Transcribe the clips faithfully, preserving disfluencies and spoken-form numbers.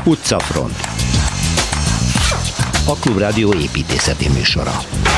Utcafront, a Klubrádió építészeti műsora.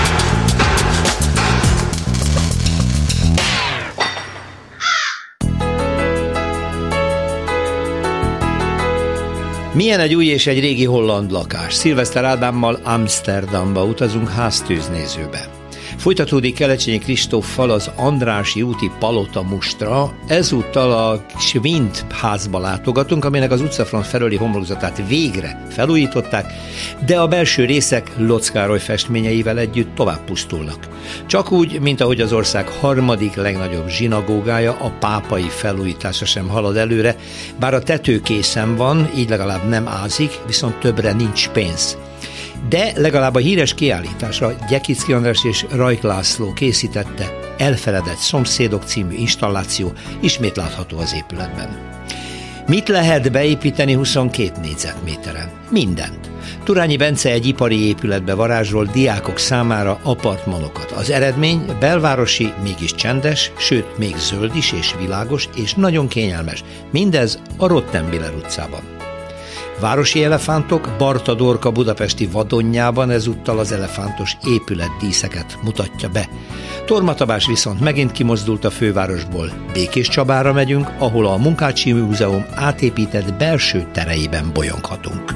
Milyen egy új és egy régi holland lakás. Szilveszter Ádámmal Amsterdamba utazunk háztűznézőbe. Folytatódik Kelecsényi Kristóffal az Andrássy úti Palota mustra, ezúttal a Schwind házba látogatunk, aminek az utcafront felőli homlokzatát végre felújították, de a belső részek Lotz Károly festményeivel együtt tovább pusztulnak. Csak úgy, mint ahogy az ország harmadik legnagyobb zsinagógája, a pápai felújítása sem halad előre, bár a tető készen van, így legalább nem ázik, viszont többre nincs pénz. De legalább a híres kiállításra Gyekicki András és Rajk László készítette Elfeledett szomszédok című installáció ismét látható az épületben. Mit lehet beépíteni huszonkét négyzetméteren? Mindent. Turányi Bence egy ipari épületbe varázsol diákok számára apartmanokat. Az eredmény belvárosi, mégis csendes, sőt még zöld is és világos és nagyon kényelmes. Mindez a Rottenbiller utcában. Városi elefántok, Barta Dorka budapesti vadonjában ezúttal az elefántos épületdíszeket mutatja be. Tormatabás viszont megint kimozdult a fővárosból. Békéscsabára megyünk, ahol a Munkácsi Múzeum átépített belső tereiben bolyonghatunk.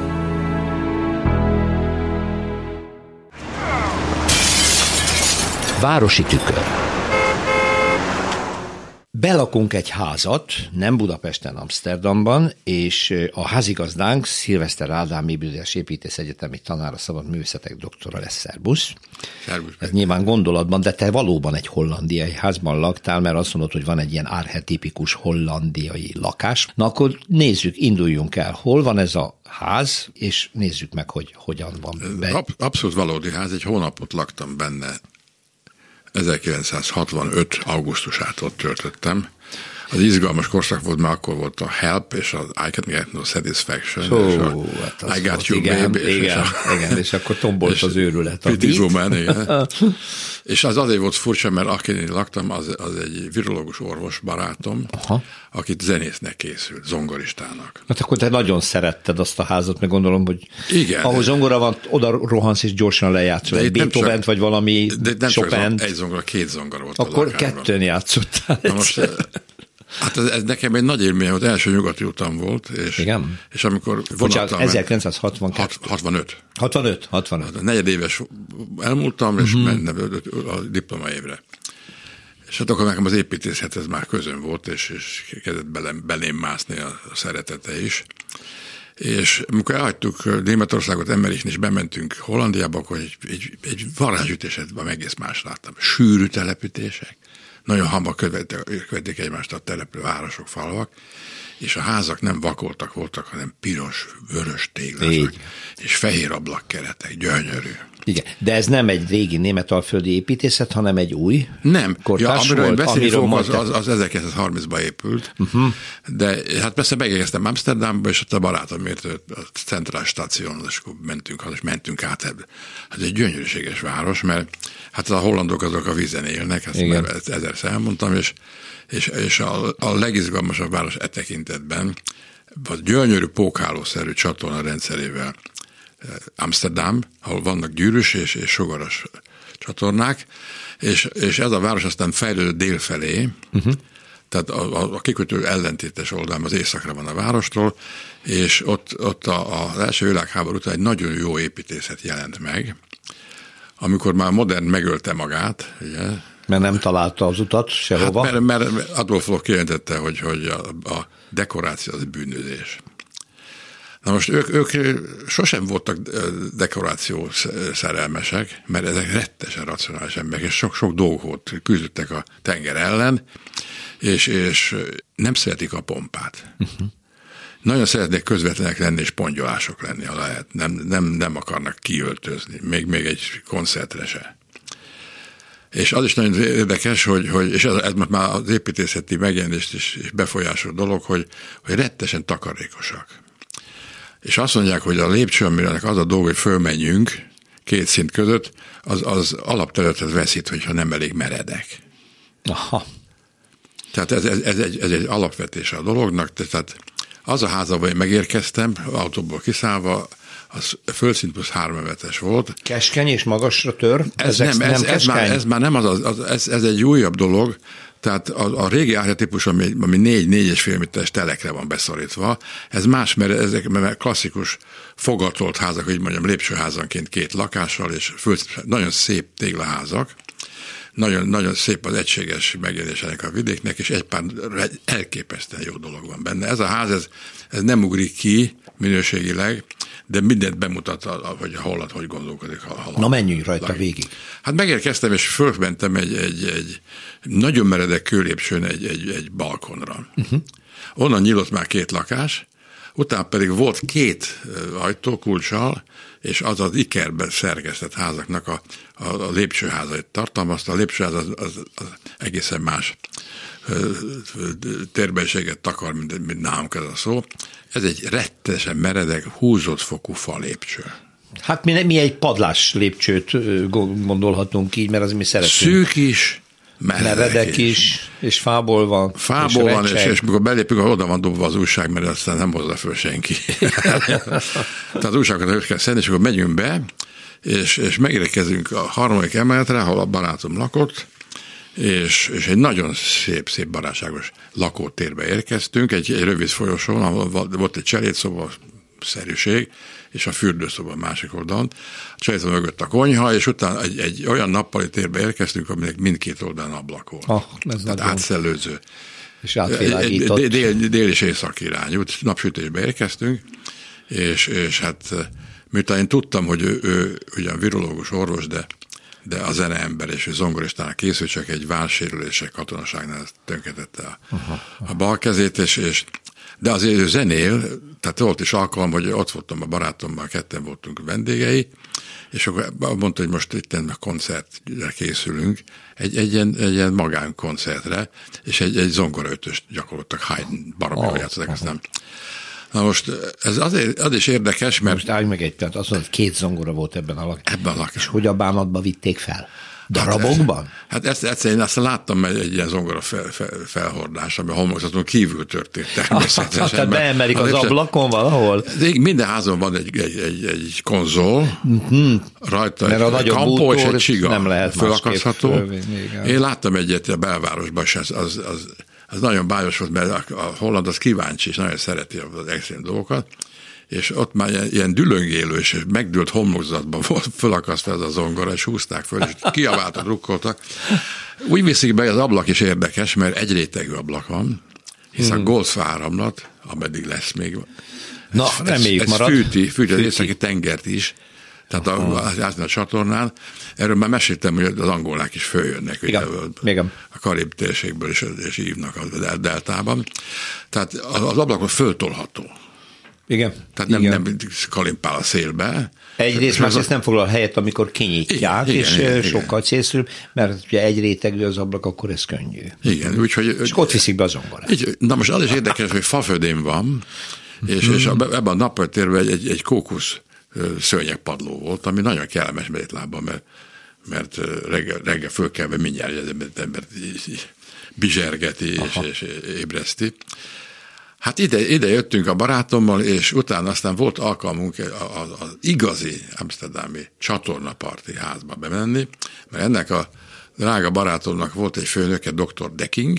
Városi tükör. Belakunk egy házat, nem Budapesten, Amsterdamban, és a házigazdánk Szilveszter Ádám Ébüdös Építész Egyetemi tanára, szabad művészetek doktora lesz. Szerbusz. Szerbusz. Ez nyilván gondolatban, de te valóban egy hollandiai házban laktál, mert azt mondod, hogy van egy ilyen archetipikus hollandiai lakás. Na akkor nézzük, induljunk el. Hol van ez a ház, és nézzük meg, hogy hogyan van be. Abszolút valódi ház, egy hónapot laktam benne. ezerkilencszázhatvanöt augusztusától töltöttem. Az izgalmas korszak volt, mert akkor volt a Help és az I Can Get No Satisfaction. Hú, és a hát I Got volt, You igen, Babe. Igen, és, a, igen, és akkor tombolt és az őrület. Pretty Woman, igen. És az azért volt furcsa, mert akin laktam, az, az egy virológus orvos barátom, aha, akit zenésznek készült, zongoristának. Hát akkor te nagyon szeretted azt a házat, meg gondolom, hogy igen, ahol zongora van, oda rohansz és gyorsan lejátszol. Egy Beethovent vagy valami Chopin-t. Egy zongora, két zongora volt. Akkor kettőn játszottál. Na most, hát ez, ez nekem egy nagy élmény volt, első nyugati utam volt, és, igen? És amikor vonattal ezerkilencszázhatvankettő. hatvanöt. hatvanöt? hatvanöt. A negyedéves elmúltam, és uh-huh. mentem a diplomaévre. És hát akkor nekem az építészethez már közön volt, és, és kezdett belém, belém mászni a, a szeretete is. És amikor elhagytuk Németországot, Emmerichen, és bementünk Hollandiába, akkor egy, egy, egy varázsütésetben egész más láttam. Sűrű telepítések, nagyon hamar követték egymást a települő városok, falvak, és a házak nem vakoltak voltak, hanem piros, vörös téglások, és fehér ablakkeretek, gyönyörű. Igen, de ez nem egy régi németalföldi építészet, hanem egy új nem. kortárs ja, volt. Beszélni fogok, az, az, az ezerkilencszázharmincban épült, uh-huh. de hát persze megérkeztem Amsterdamba, és ott a barátom miért a centrális stáción, és akkor mentünk, és mentünk át ebből. Ez egy gyönyörűséges város, mert hát a hollandok azok a vízen élnek, ezt igen. Már ezerszer elmondtam, és, és, és a, a legizgalmasabb város e tekintetben, a gyönyörű pókhálószerű csatorna rendszerével Amsterdam, ahol vannak gyűrűs és, és sugaras csatornák, és, és ez a város aztán fejlődött délfelé, uh-huh. tehát a, a, a kikötő ellentétes oldalán az északra van a várostól, és ott, ott a, az első világháború után egy nagyon jó építészet jelent meg, amikor már modern megölte magát, ugye, mert nem találta az utat sehova. Hát mert, mert Adolf Loh kijelentette, hogy, hogy a, a dekoráció az bűnözés. Na most ők, ők sosem voltak dekoráció szerelmesek, mert ezek rettesen racionális emberek, és sok-sok dolgot küzdöttek a tenger ellen, és, és nem szeretik a pompát. Uh-huh. Nagyon szeretnék közvetlenek lenni, és pongyolások lenni, ha lehet. Nem, nem, nem akarnak kiöltözni, még, még egy koncertre se. És az is nagyon érdekes, hogy, hogy és ez, ez már az építészeti megjelenést is, is befolyásoló dolog, hogy, hogy rettesen takarékosak. És azt mondják, hogy a lépcső, aminek az a dolog, hogy fölmenjünk két szint között, az, az alapterületet veszít, hogyha nem elég meredek. Aha. Tehát ez, ez, ez, egy, ez egy alapvetése a dolognak, tehát Az a ház, ahol én megérkeztem, autóból kiszállva, az földszint plusz három emeletes volt. Keskeny és magasra tör? Ez nem, nem, ez, ez, már, ez már nem az, az, az ez, ez egy újabb dolog, tehát a, a régi átlagtípus, ami, ami négy, négy és fél méteres telekre van beszorítva, ez más, mert ezek mert klasszikus fogatolt házak, hogy mondjam, lépcsőházanként két lakással, és föl, nagyon szép téglaházak, nagyon, nagyon szép az egységes megjelenés ennek a vidéknek, és egy pár elképesztően jó dolog van benne. Ez a ház, ez, ez nem ugrik ki minőségileg, de mindent bemutat, hogy a holland hogy gondolkodik. Ha Na menjünk rajta lakik. Végig. Hát megérkeztem, és fölmentem egy, egy, egy nagyon meredek kőlépcsőn egy, egy, egy balkonra. Uh-huh. Onnan nyílt már két lakás, utána pedig volt két ajtó kulccsal, és az az ikerben szerkesztett házaknak a, a, a lépcsőházait tartalmazta. A lépcsőház az, az, az egészen más térbenséget takar, mint, mint nálunk ez a szó. Ez egy rettenesen meredek, húzott fokú fa lépcső. Hát mi, mi egy padlás lépcsőt gondolhatunk így, mert az mi szeretünk. Szűk is, meredek, meredek is, is, és fából van. Fából és van, és, és mikor belépünk, oda van dobva az újság, mert aztán nem hozza föl senki. Tehát az újságokat őt kell szedni, és akkor megyünk be, és, és megérkezünk a harmadik emeletre, ahol a barátom lakott, és, és egy nagyon szép, szép barátságos lakótérbe érkeztünk, egy, egy rövid folyosón, ahol volt egy cselédszoba, szerűség, és a fürdőszoba másik oldalon. A cselédszoba mögött a konyha, és utána egy, egy olyan nappali térbe érkeztünk, aminek mindkét oldalon ablak volt. Oh, ez Tehát átszellőző. És átvilágított. Dél, dél, dél és észak irányú. Napsütésbe érkeztünk, és, és hát miután én tudtam, hogy ő, ő ugyan virológus orvos, de de a zeneember és ő zongoristának készült, csak egy válsérülése katonaságnál tönkretette a, aha, aha. a bal kezét, és, és de azért ő zenél, tehát volt is alkalom, hogy ott voltam a barátommal, ketten voltunk vendégei, és akkor mondta, hogy most itt a koncertre készülünk, egy, egy, ilyen, egy ilyen magánkoncertre, és egy, egy zongoraötöst gyakoroltak, Haydn baromi, hogy játszottak, aztán. Na most ez azért, az is érdekes, mert... Most állj meg egy, tehát azt mondod, két zongora volt ebben a lakásban. Ebben a lakásban. És hogy a bánatba vitték fel? Darabokban? Hát ezt, egyszer én azt láttam egy, egy ilyen zongora fel, fel, felhordás, ami a homlokzaton kívül történt természetesen. Tehát beemelik az ablakon valahol? Minden házon van egy, egy, egy, egy konzol, uh-huh. rajta mert egy kampó és egy csiga. Nem lehet fölakasztható. Én láttam egyet a belvárosban, és az, az, az, az nagyon bájos volt, mert a, a holland az kíváncsi, és nagyon szereti az extrém dolgokat, és ott már ilyen, ilyen dülöngélő és megdőlt homlokzatban volt fölakasztva ez a zongora, és húzták föl, és kiabáltak, drukkoltak. Úgy viszik be, az ablak is érdekes, mert egy rétegű ablak van, hisz a Golf áramlat, ameddig lesz még. Na, ez, reméljük ez, ez marad. Fűti, fűti az északi tengert is, tehát a, a, a csatornán. Erről már meséltem, hogy az angolák is följönnek, igen, ugye, igen. a Karib térségből is, és hívnak a deltában. Tehát az ablakon föltolható. Igen. Tehát nem, igen. nem kalimpál a szélbe. Egyrészt másrészt nem foglal helyet, amikor kinyitják, igen, és igen, sokkal igen. célszerűbb, mert ugye egy rétegű az ablak, akkor ez könnyű. Igen, úgyhogy... És ott viszik be a zongorát. Így, na most az is érdekes, hogy fafödém van, és, mm. és ebben a nappalitérben egy, egy, egy kókusz szőnyegpadló volt, ami nagyon kellemes belétlábban, mert, mert reggel, reggel fölkelve mindjárt az ember bizsergeti és, és ébreszti. Hát ide, ide jöttünk a barátommal, és utána aztán volt alkalmunk az, az igazi amszterdami csatornaparti házba bemenni, mert ennek a drága barátomnak volt egy főnöke, doktor Decking,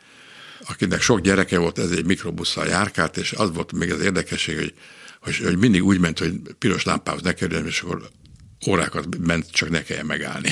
akinek sok gyereke volt, ez egy mikrobusszal járkált, és az volt még az érdekesség, hogy, hogy, hogy mindig úgy ment, hogy piros lámpához ne kerüljen, és akkor órákat ment, csak ne kelljen megállni.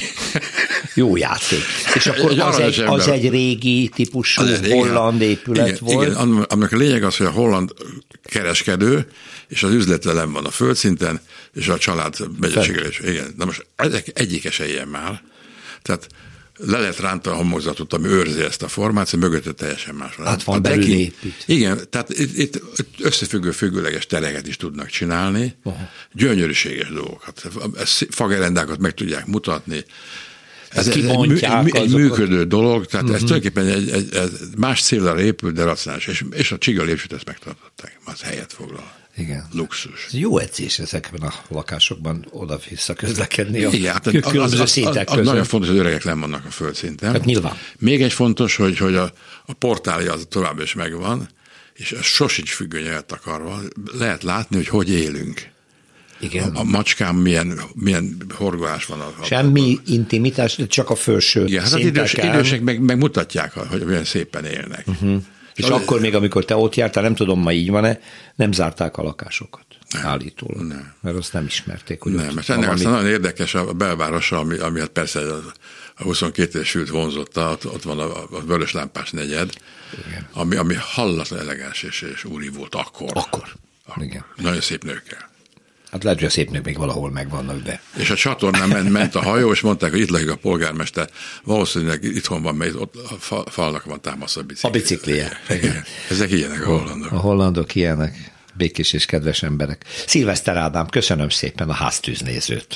Jó játék. És akkor egy az, egy, az egy régi típusú az holland régi, épület igen, volt? Igen, annak a lényeg az, hogy a holland kereskedő, és az üzlete nem van a földszinten, és a család megyeségelés. Igen, na most ezek egyike se ilyen már. Tehát le lehet ránta a homlokzatot, ami őrzi ezt a formát, mögötte teljesen más van. Hát van belül épít. Igen, tehát itt, itt összefüggő, függőleges tereket is tudnak csinálni, aha. gyönyörűséges dolgokat. Fagerendákat meg tudják mutatni. Ez egy, egy, egy, egy működő dolog, tehát uh-huh. ez tulajdonképpen egy, egy, egy más célra épül, de racionális, és, és a csiga lépcsőt ezt megtartották, az helyet foglal. Igen. Luxus. Ez jó edzés ezekben a lakásokban oda-vissza közlekedni a igen, hát különböző szintek között. Nagyon fontos, hogy öregek nem vannak a földszinten. Hát nyilván. Még egy fontos, hogy, hogy a, a portálja az tovább is megvan, és ez sosincs függöny eltakarva. Lehet látni, hogy hogy élünk. Igen. A, a macskám milyen, milyen horgolás van. A, Semmi a, intimitás, csak a felső igen, hát az idős, idősek meg, meg mutatják, hogy olyan szépen élnek. Uh-huh. És az akkor még, amikor te ott jártál, nem tudom, ma így van-e, nem zárták a lakásokat. Nem, állítólag. Nem. Mert azt nem ismerték. Hogy nem, mert ennek aztán nagyon érdekes a belvárosa, ami, ami hát persze a huszonkét éves sült vonzotta, ott, ott van a, a vörös lámpás negyed, ami, ami hallatlan elegáns és, és úri volt akkor. Akkor. akkor. Igen. Nagyon szép nőkkel. Hát lehet, hogy a szép nők még valahol megvannak, de... És a csatornán ment, ment a hajó, és mondták, hogy itt lakik a polgármester, valószínűleg itthon van, mert ott a falnak van támasz a bicikli. A biciklije. Igen. Ezek ilyenek a hollandok. A hollandok ilyenek. Békés és kedves emberek. Szilveszter Ádám, köszönöm szépen a háztűznézőt.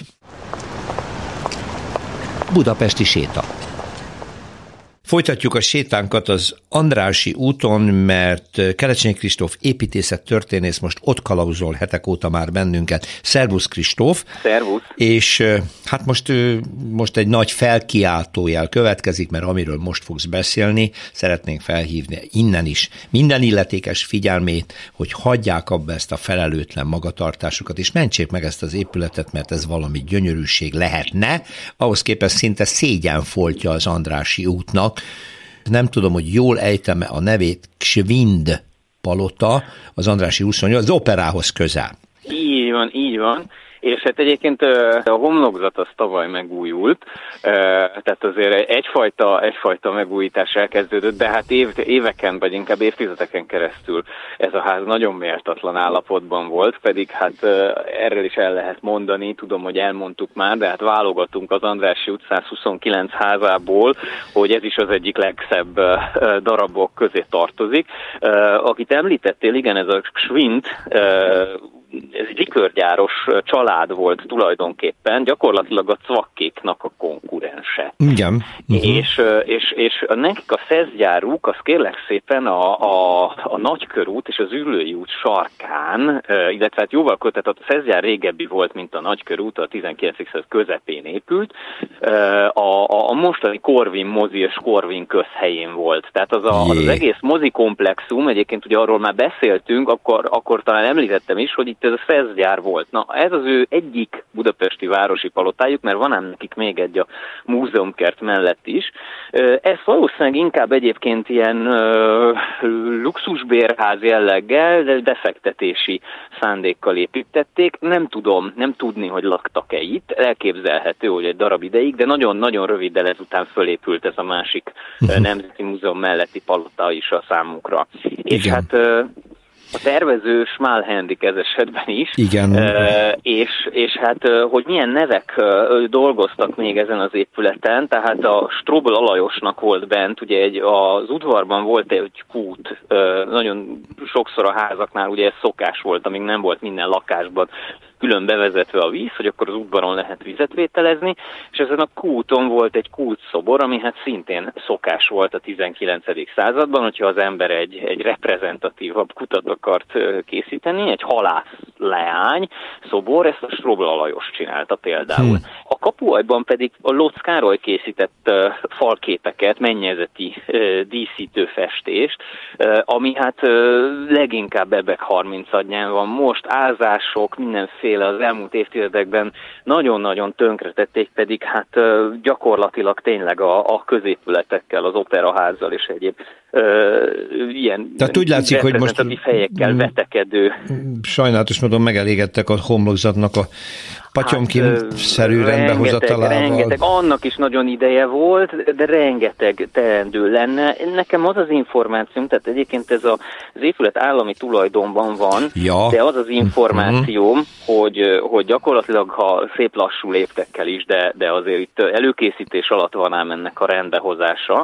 Budapesti séta. Folytatjuk a sétánkat az Andrássy úton, mert Kelecsényi Kristóf építészettörténész most ott kalauzol hetek óta már bennünket. Szervusz Kristóf! Szervusz! És hát most, most egy nagy felkiáltójel következik, mert amiről most fogsz beszélni, szeretnénk felhívni innen is minden illetékes figyelmét, hogy hagyják abba ezt a felelőtlen magatartásokat, és mentsék meg ezt az épületet, mert ez valami gyönyörűség lehetne, ahhoz képest szinte szégyenfoltja az Andrássy útnak. Nem tudom, hogy jól ejtem-e a nevét, Gschwind palota, az Andrássy huszonnyolc, az operához közel. Így van, így van. És hát egyébként a homlokzat az tavaly megújult, tehát azért egyfajta, egyfajta megújítás elkezdődött, de hát év, éveken, vagy inkább évtizedeken keresztül ez a ház nagyon méltatlan állapotban volt, pedig hát erről is el lehet mondani, tudom, hogy elmondtuk már, de hát válogatunk az Andrássy utca huszonkilenc házából, hogy ez is az egyik legszebb darabok közé tartozik. Akit említettél, igen, ez a Gschwind, ez egy likörgyáros család volt tulajdonképpen, gyakorlatilag a Cvakkéknak a konkurense. Igen. Uh-huh. És, és, és nekik a szeszgyáruk, az kérlek szépen a, a, a Nagykörút és az Üllői út sarkán, illetve hát jóval kötet, a szeszgyár régebbi volt, mint a Nagykörút, a tizenkilencedik század közepén épült, a, a mostani Corvin mozi és Corvin közhelyén volt. Tehát az, a, az, az egész mozi komplexum, egyébként ugye arról már beszéltünk, akkor, akkor talán említettem is, hogy itt ez a szeszgyár volt. Na, ez az ő egyik budapesti városi palotájuk, mert van ám nekik még egy a múzeumkert mellett is. Ez valószínűleg inkább egyébként ilyen uh, luxusbérház jelleggel, de befektetési szándékkal építették. Nem tudom, nem tudni, hogy laktak-e itt. Elképzelhető, hogy egy darab ideig, de nagyon-nagyon röviddel ezután fölépült ez a másik uh, Nemzeti Múzeum melletti palota is a számukra. Igen. És hát... Uh, a tervező Schmal Henrik ez esetben is, igen. E, és, és hát, hogy milyen nevek dolgoztak még ezen az épületen, tehát a Strobl Alajosnak volt bent, ugye egy, az udvarban volt egy kút, nagyon sokszor a házaknál ugye ez szokás volt, amíg nem volt minden lakásban külön bevezetve a víz, hogy akkor az udvaron lehet vizet vételezni, és ezen a kúton volt egy kútszobor, ami hát szintén szokás volt a tizenkilencedik században, hogyha az ember egy, egy reprezentatívabb kutat akart készíteni, egy halász leány szobor, ezt a Strobl Alajos csinálta például. Hmm. A kapuajban pedig a Lotz Károly készített uh, falképeket, mennyezeti uh, díszítő festést, uh, ami hát uh, leginkább Bebek harmincadján van most, ázások, mindenféle az elmúlt évtizedekben nagyon-nagyon tönkretették, pedig hát uh, gyakorlatilag tényleg a, a középületekkel, az operaházzal és egyéb uh, ilyen tehát úgy látszik, hogy most fejekkel vetekedő. Sajnálatos módon megelégettek a homlokzatnak a patyomkin-szerű hát, rendbehozatalával. Rengeteg, annak is nagyon ideje volt, de rengeteg teendő lenne. Nekem az az információm, tehát egyébként ez a, az épület állami tulajdonban van, ja. De az az információm, uh-huh. hogy, hogy gyakorlatilag, ha szép lassú léptekkel is, de, de azért itt előkészítés alatt van ám ennek a rendbehozása,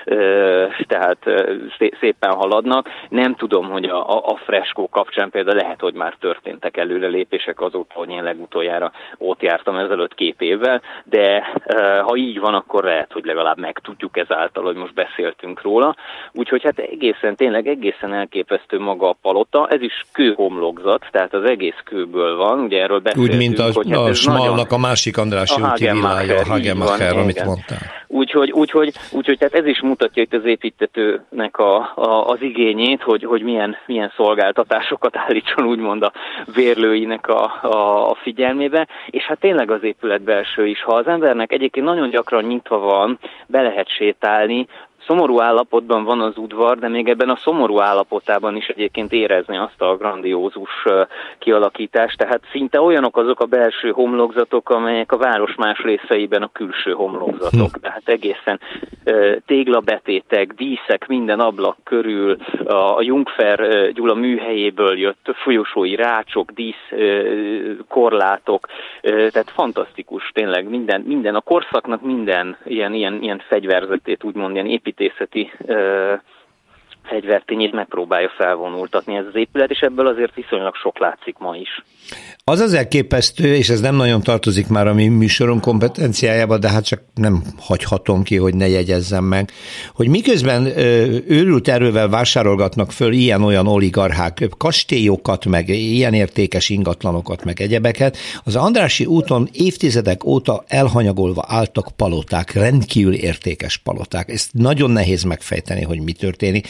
tehát szépen haladnak. Nem tudom, hogy a, a freskó kapcsán például lehet, hogy már történtek előrelépések azóta, hogy én legutoljára ott jártam ezelőtt két évvel, de ha így van, akkor lehet, hogy legalább megtudjuk ezáltal, hogy most beszéltünk róla. Úgyhogy hát egészen, tényleg egészen elképesztő maga a palota, ez is kőhomlokzat, tehát az egész kőből van, ugye erről beszéltünk. Úgy, mint a, hogy hát a Smallnak a másik Andrássy úti villája, a Hagemacher, amit mondtál. Úgyhogy, úgyhogy, úgyhogy tehát ez is mutatja itt az építetőnek a, a, az igényét, hogy, hogy milyen, milyen szolgáltatásokat állítson úgymond a vérlőinek a, a, a figyelmébe, és hát tényleg az épület belső is. Ha az embernek egyébként nagyon gyakran nyitva van, be lehet sétálni, szomorú állapotban van az udvar, de még ebben a szomorú állapotában is egyébként érezni azt a grandiózus kialakítást, tehát szinte olyanok azok a belső homlokzatok, amelyek a város más részeiben a külső homlokzatok. Hm. Tehát egészen téglabetétek, díszek minden ablak körül, a Jungfer Gyula műhelyéből jött folyosói rácsok, díszkorlátok, tehát fantasztikus tényleg minden, minden a korszaknak minden ilyen, ilyen, ilyen fegyverzetét, úgymond ilyen építészeti ö, fegyvertényét megpróbálja felvonultatni ez az épület, és ebből azért viszonylag sok látszik ma is. Az az elképesztő, és ez nem nagyon tartozik már a mi műsorunk kompetenciájába, de hát csak nem hagyhatom ki, hogy ne jegyezzem meg, hogy miközben őrült erővel vásárolgatnak föl ilyen-olyan oligarchák kastélyokat, meg ilyen értékes ingatlanokat, meg egyebeket, az Andrássy úton évtizedek óta elhanyagolva álltak paloták, rendkívül értékes paloták. Ezt nagyon nehéz megfejteni, hogy mi történik.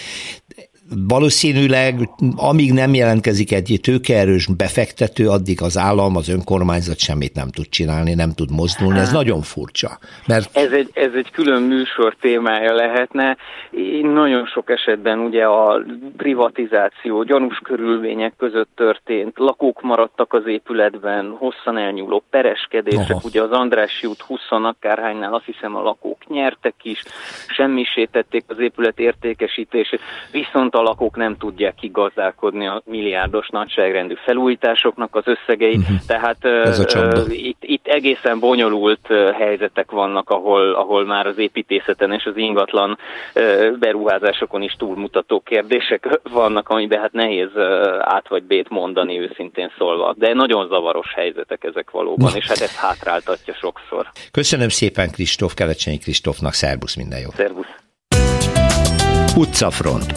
Valószínűleg, amíg nem jelentkezik egy tőkeerős befektető, addig az állam, az önkormányzat semmit nem tud csinálni, nem tud mozdulni. Ez nagyon furcsa. Mert... Ez, egy, ez egy külön műsor témája lehetne. Nagyon sok esetben ugye a privatizáció gyanús körülmények között történt, lakók maradtak az épületben, hosszan elnyúló pereskedések, Aha. ugye az Andrássy út húsz akárhánynál azt hiszem a lakók nyertek is, semmisítették az épület értékesítését, viszont a lakók nem tudják kigazdálkodni a milliárdos nagyságrendű felújításoknak az összegeit, uh-huh. tehát uh, itt, itt egészen bonyolult uh, helyzetek vannak, ahol, ahol már az építészeten és az ingatlan uh, beruházásokon is túlmutató kérdések vannak, amiben hát nehéz uh, át vagy bét mondani őszintén szólva, de nagyon zavaros helyzetek ezek valóban, Na. és hát ez hátráltatja sokszor. Köszönöm szépen Kristóf, Kelecsényi Kristófnak, szervusz, minden jót! Szervusz! Utcafront.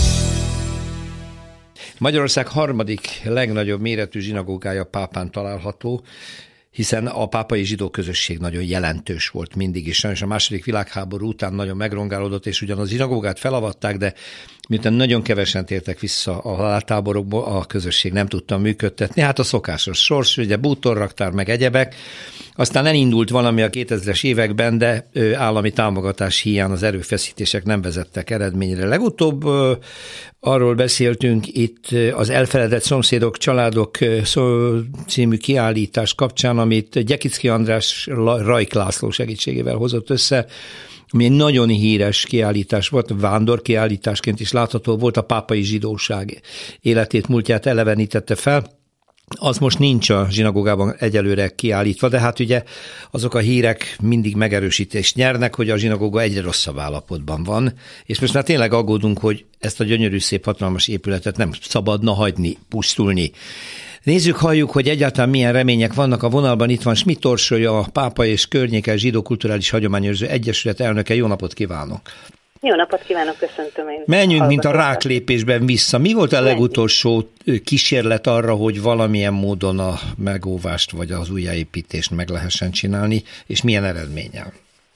Magyarország harmadik legnagyobb méretű zsinagógája Pápán található, hiszen a pápai zsidó közösség nagyon jelentős volt mindig is. Sajnos a második világháború után nagyon megrongálódott, és ugyan a zsinagógát felavatták, de miután nagyon kevesen tértek vissza a haláltáborokból, a közösség nem tudta működtetni. Hát a szokásos sors, ugye bútorraktár meg egyebek. Aztán elindult valami a kétezres években, de állami támogatás hiány az erőfeszítések nem vezettek eredményre. Legutóbb arról beszéltünk itt az Elfeledett szomszédok, családok című kiállítás kapcsán, amit Gyekicki András Rajk László segítségével hozott össze, ami egy nagyon híres kiállítás volt, vándor kiállításként is látható volt, a pápai zsidóság életét, múltját elevenítette fel. Az most nincs a zsinagógában egyelőre kiállítva, de hát ugye azok a hírek mindig megerősítést nyernek, hogy a zsinagóga egyre rosszabb állapotban van, és most már tényleg aggódunk, hogy ezt a gyönyörű, szép, hatalmas épületet nem szabadna hagyni, pusztulni. Nézzük, halljuk, hogy egyáltalán milyen remények vannak a vonalban. Itt van Schmidt Orsolya, a Pápa és Környéke Zsidó Kulturális Hagyományőrző Egyesület elnöke. Jó napot kívánok! Jó napot kívánok, köszöntöm én. Menjünk, mint a ráklépésben vissza. Mi volt a legutolsó kísérlet arra, hogy valamilyen módon a megóvást vagy az újjáépítést meg lehessen csinálni, és milyen eredménnyel?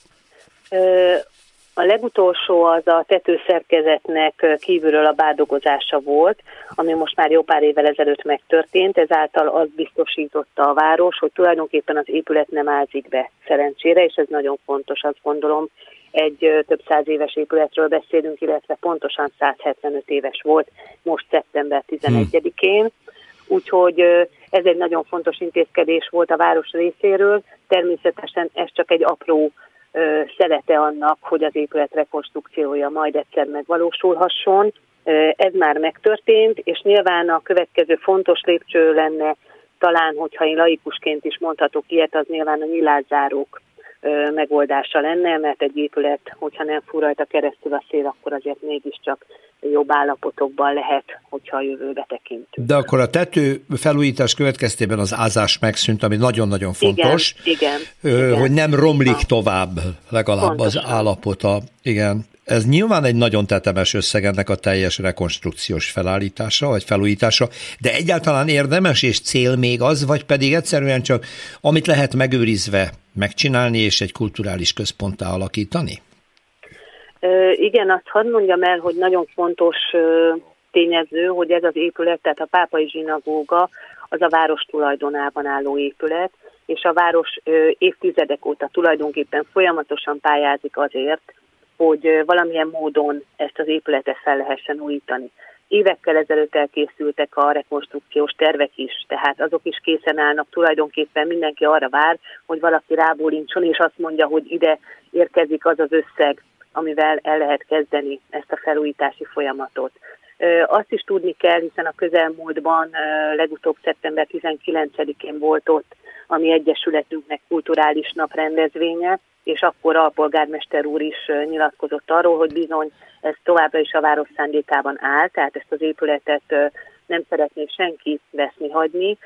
A legutolsó az a tetőszerkezetnek kívülről a bádogozása volt, ami most már jó pár évvel ezelőtt megtörtént, ezáltal az biztosította a város, hogy tulajdonképpen az épület nem ázik be szerencsére, és ez nagyon fontos, azt gondolom. Egy több száz éves épületről beszélünk, illetve pontosan száz hetvenöt éves volt most szeptember tizenegyedikén. Úgyhogy ez egy nagyon fontos intézkedés volt a város részéről. Természetesen ez csak egy apró szelete annak, hogy az épület rekonstrukciója majd egyszer megvalósulhasson. Ez már megtörtént, és nyilván a következő fontos lépcső lenne, talán, hogyha én laikusként is mondhatok ilyet, az nyilván a nyilászárók megoldása lenne, mert egy épület, hogyha nem fúr rajta keresztül a szél, akkor azért mégiscsak jobb állapotokban lehet, hogyha a jövőbe tekintünk. De akkor a tető felújítás következtében az ázás megszűnt, ami nagyon-nagyon fontos. Igen, ö, igen. Hogy nem romlik tovább legalább Pontosan. Az állapota. Igen. Ez nyilván egy nagyon tetemes összeg ennek a teljes rekonstrukciós felállítása, vagy felújítása, de egyáltalán érdemes és cél még az, vagy pedig egyszerűen csak amit lehet megőrizve megcsinálni, és egy kulturális központtá alakítani? Ö, igen, azt hadd mondjam el, hogy nagyon fontos ö, tényező, hogy ez az épület, tehát a pápai zsinagóga, az a város tulajdonában álló épület, és a város ö, évtizedek óta tulajdonképpen folyamatosan pályázik azért, hogy valamilyen módon ezt az épületet fel lehessen újítani. Évekkel ezelőtt elkészültek a rekonstrukciós tervek is, tehát azok is készen állnak, tulajdonképpen mindenki arra vár, hogy valaki rábólincson, és azt mondja, hogy ide érkezik az az összeg, amivel el lehet kezdeni ezt a felújítási folyamatot. Azt is tudni kell, hiszen a közelmúltban, legutóbb szeptember tizenkilencedikén volt ott a mi egyesületünknek kulturális naprendezvénye, és akkor a polgármester úr is nyilatkozott arról, hogy bizony ez továbbra is a város szándékában áll, tehát ezt az épületet nem szeretné senki veszni hagyni,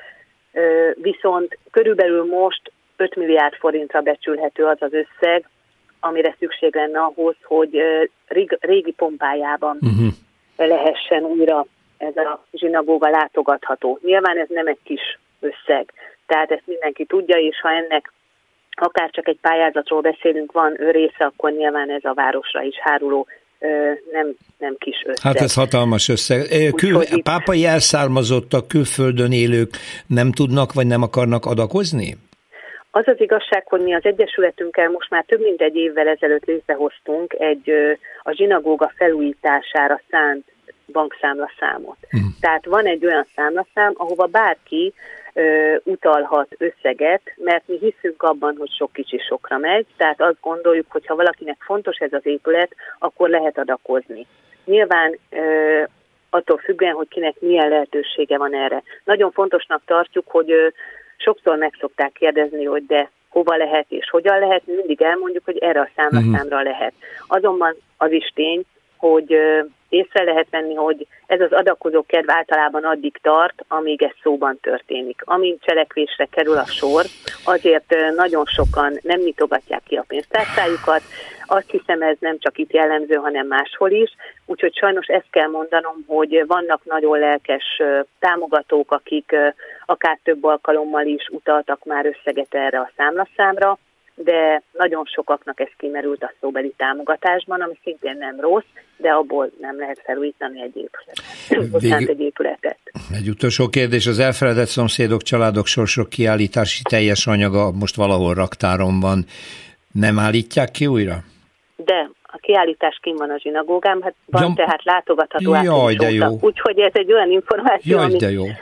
viszont körülbelül most öt milliárd forintra becsülhető az az összeg, amire szükség lenne ahhoz, hogy régi pompájában uh-huh. lehessen újra ez a zsinagóga látogatható. Nyilván ez nem egy kis összeg, tehát ezt mindenki tudja, és ha ennek akár csak egy pályázatról beszélünk, van ő része, akkor nyilván ez a városra is háruló nem, nem kis összeg. Hát ez hatalmas összeg. Kül, a pápai elszármazottak, külföldön élők nem tudnak, vagy nem akarnak adakozni? Az az igazság, hogy mi az Egyesületünkkel most már több mint egy évvel ezelőtt létrehoztunk egy a zsinagóga felújítására szánt bankszámlaszámot. Mm. Tehát van egy olyan számlaszám, ahova bárki ö, utalhat összeget, mert mi hiszünk abban, hogy sok kicsi sokra megy, tehát azt gondoljuk, hogy ha valakinek fontos ez az épület, akkor lehet adakozni. Nyilván ö, attól függően, hogy kinek milyen lehetősége van erre. Nagyon fontosnak tartjuk, hogy ö, sokszor meg szokták kérdezni, hogy de hova lehet és hogyan lehet, mi mindig elmondjuk, hogy erre a számlaszámra mm. lehet. Azonban az is tény, hogy észre lehet venni, hogy ez az adakozó kedv általában addig tart, amíg ez szóban történik. Amint cselekvésre kerül a sor, azért nagyon sokan nem nyitogatják ki a pénztárcájukat. Azt hiszem, ez nem csak itt jellemző, hanem máshol is. Úgyhogy sajnos ezt kell mondanom, hogy vannak nagyon lelkes támogatók, akik akár több alkalommal is utaltak már összeget erre a számlaszámra, de nagyon sokaknak ez kimerült a szóbeli támogatásban, ami szintén nem rossz, de abból nem lehet felújítani egy épületet. Végül, egy épületet. Egy utolsó kérdés, az elfeledett szomszédok, családok, sorsok kiállítási teljes anyaga most valahol raktáron van. Nem állítják ki újra? De a kiállítás kint van a zsinagógám, hát van, ja, tehát látogatható április óta. Úgyhogy ez egy olyan információ, Jaj, ami... de jó.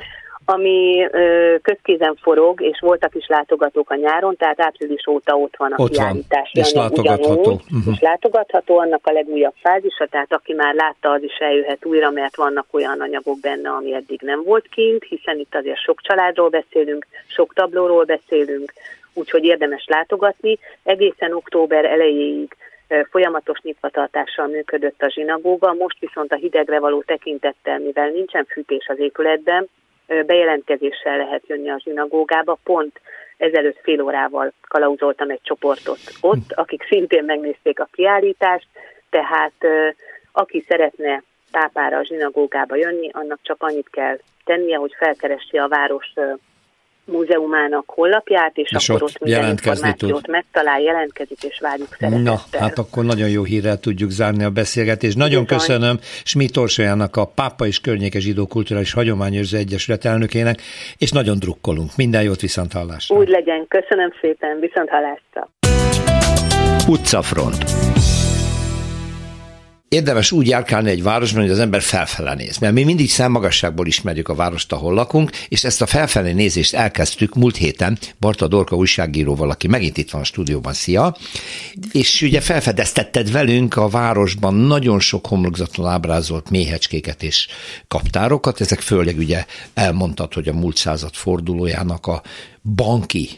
ami ö, közkézen forog, és voltak is látogatók a nyáron, tehát április óta ott van a ott kiállítási van, és anyag látogatható. Ugyanúgy, uh-huh. és látogatható, annak a legújabb fázisa, tehát aki már látta, az is eljöhet újra, mert vannak olyan anyagok benne, ami eddig nem volt kint, hiszen itt azért sok családról beszélünk, sok tablóról beszélünk, úgyhogy érdemes látogatni. Egészen október elejéig folyamatos nyitvatartással működött a zsinagóga, most viszont a hidegre való tekintettel, mivel nincsen fűtés az épületben, bejelentkezéssel lehet jönni a zsinagógába. Pont ezelőtt fél órával kalauzoltam egy csoportot ott, akik szintén megnézték a kiállítást, tehát aki szeretne tápára a zsinagógába jönni, annak csak annyit kell tennie, hogy felkeresi a város múzeumának honlapját, és, és akkor ott, ott minden információt tud. megtalál, jelentkezik, és várjuk szeretettel. Na, hát akkor nagyon jó hírrel tudjuk zárni a beszélgetést. Nagyon Bizony. köszönöm Schmidt Orsolyannak, a Pápa és Környéke Zsidó Kulturális Hagyományőrző Egyesület elnökének, és nagyon drukkolunk. Minden jót, viszonthallásra. Úgy legyen, köszönöm szépen, viszonthallásra. Utcafront. Érdemes úgy járkálni egy városban, hogy az ember felfele néz, mert mi mindig szemmagasságból ismerjük a várost, ahol lakunk, és ezt a felfelé nézést elkezdtük múlt héten Barta Dorka újságíróval, aki megint itt van a stúdióban. Szia! És ugye felfedeztetted velünk a városban nagyon sok homlokzaton ábrázolt méhecskéket és kaptárokat, ezek főleg ugye elmondtad, hogy a múlt század fordulójának a banki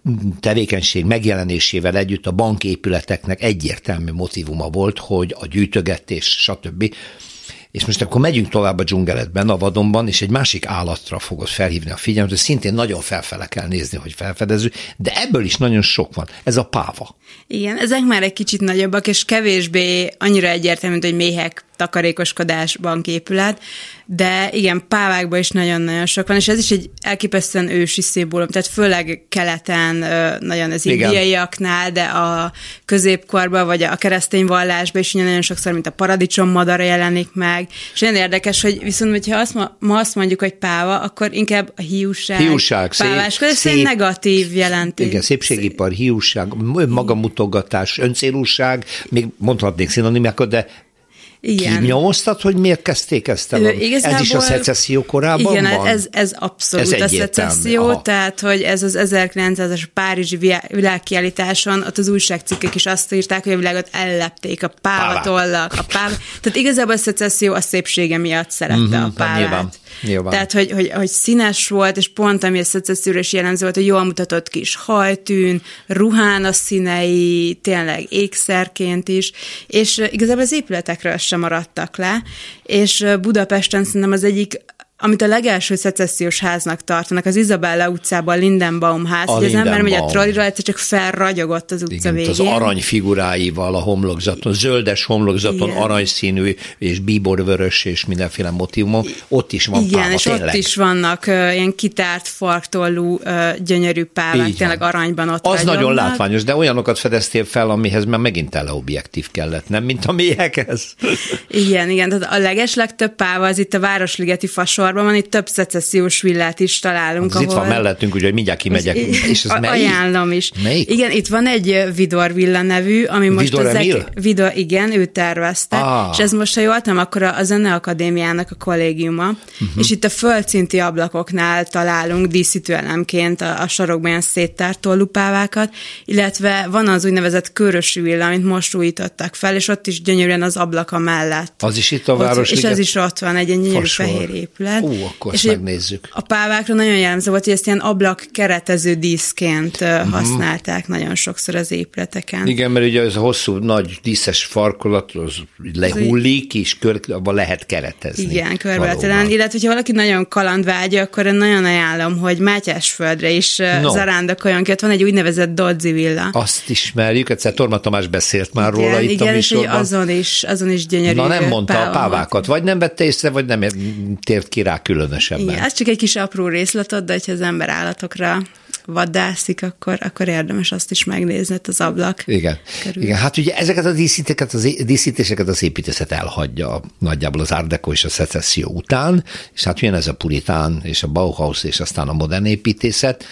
tevékenység megjelenésével együtt a banképületeknek egyértelmű motívuma volt, hogy a gyűjtögetés, stb. És most akkor megyünk tovább a dzsungeletben, a vadonban, és egy másik állatra fogod felhívni a figyelmet, hogy szintén nagyon felfele kell nézni, hogy felfedezzük, de ebből is nagyon sok van. Ez a páva. Igen, ezek már egy kicsit nagyobbak, és kevésbé annyira egyértelmű, hogy méhek, takarékoskodás, banképület, de igen, pávákban is nagyon-nagyon sok van, és ez is egy elképesztően ősi szimbólum, tehát főleg keleten nagyon az indiaiaknál, de a középkorban, vagy a keresztény vallásban is nagyon sokszor, mint a paradicsom madara jelenik meg, és nagyon érdekes, hogy viszont, hogyha azt, ma azt mondjuk, hogy páva, akkor inkább a hiúság, hiúság páváskodás, ez egy negatív jelentés. Igen, szépségipar, hiúság, magamutogatás, öncélúság, még mondhatnék szinonimákat, de igen. Kinyomoztat, hogy miért kezdték ezt el? Ez is a szecesszió korában igen, van? ez, ez abszolút ez a szecesszió, tehát hogy ez az ezerkilencszázas párizsi világkiállításon, ott az újságcikkek is azt írták, hogy a világot ellepték, a pávatollak, a páv... Tehát igazából a szecesszió a szépsége miatt szerette uh-huh, a pávát. Nyilván, nyilván. Tehát, hogy, hogy, hogy színes volt, és pont ami a szecesszióra is jellemző volt, hogy jól mutatott kis hajtűn, ruhán a színei, tényleg ékszerként is, és igazából az épületekről sem maradtak le, és Budapesten szerintem az egyik, amit a legelső szecessziós háznak tartanak, az Izabella utcában a Lindenbaum ház, hogy az ember megy a trolliról, egyszer csak felragyogott az utca igen, végén. Az arany figuráival a homlokzaton, zöldes homlokzaton, igen. aranyszínű és bíborvörös és mindenféle motívum, ott is van igen, páva, és tényleg. ott is vannak uh, ilyen kitárt farktollú, uh, gyönyörű pávák, így tényleg van. Aranyban ott az ragyognak. Nagyon látványos, de olyanokat fedeztél fel, amihez már megint teleobjektív kellett, nem? Mint a méhekhez. Igen, igen, tehát a legeslegtöbb páva az itt a Városligeti Fasor van, itt több szecessziós villát is találunk. Az ahol... itt van mellettünk, úgyhogy mindjárt kimegyek. És ez melyik? Ajánlom is. Melyik? Igen, itt van egy Vidor Villa nevű, ami most Vidor az... Emil? Vidor, igen, ő tervezte, ah. és ez most, ha jól tudom, akkor a Zeneakadémiának a kollégiuma, uh-huh. és itt a földszinti ablakoknál találunk díszítőelemként a, a sarokban ilyen széttárt tollupávákat, illetve van az úgynevezett Körösi Villa, amit most újítottak fel, és ott is gyönyörűen az ablaka mellett. Az is itt a Városliget? És ez is ott van, egy gyönyörű fehér épület. Ú, akkor és megnézzük. A pávákra nagyon jellemző volt, hogy ezt ilyen ablak keretező díszként uh-huh. használták nagyon sokszor az épületeken. Igen, mert ugye ez a hosszú, nagy díszes farkolat, az lehullik, és kör, abban lehet keretezni. Igen, körbeletelen. Illetve, hogyha valaki nagyon kalandvágya, akkor én nagyon ajánlom, hogy Mátyásföldre is no. zarándokoljon ki. Ott van egy úgynevezett Dodzi Villa. Azt ismerjük, egyszer Torma Tamás beszélt már igen, róla itt igen, a műsorban. Igen, azon is, azon is gyönyörű. Na nem mondta páva a pávákat, vagy nem vette észre, vagy nem tért ki rá különösebben. Igen, ez csak egy kis apró részlet, de hogyha az ember állatokra vaddászik, akkor, akkor érdemes azt is megnézni, az ablak. Igen. Igen, hát ugye ezeket a díszítéseket az, díszítéseket az építészet elhagyja nagyjából az Art Deco és a szecesszió után, és hát jön ez a puritán és a Bauhaus és aztán a modern építészet,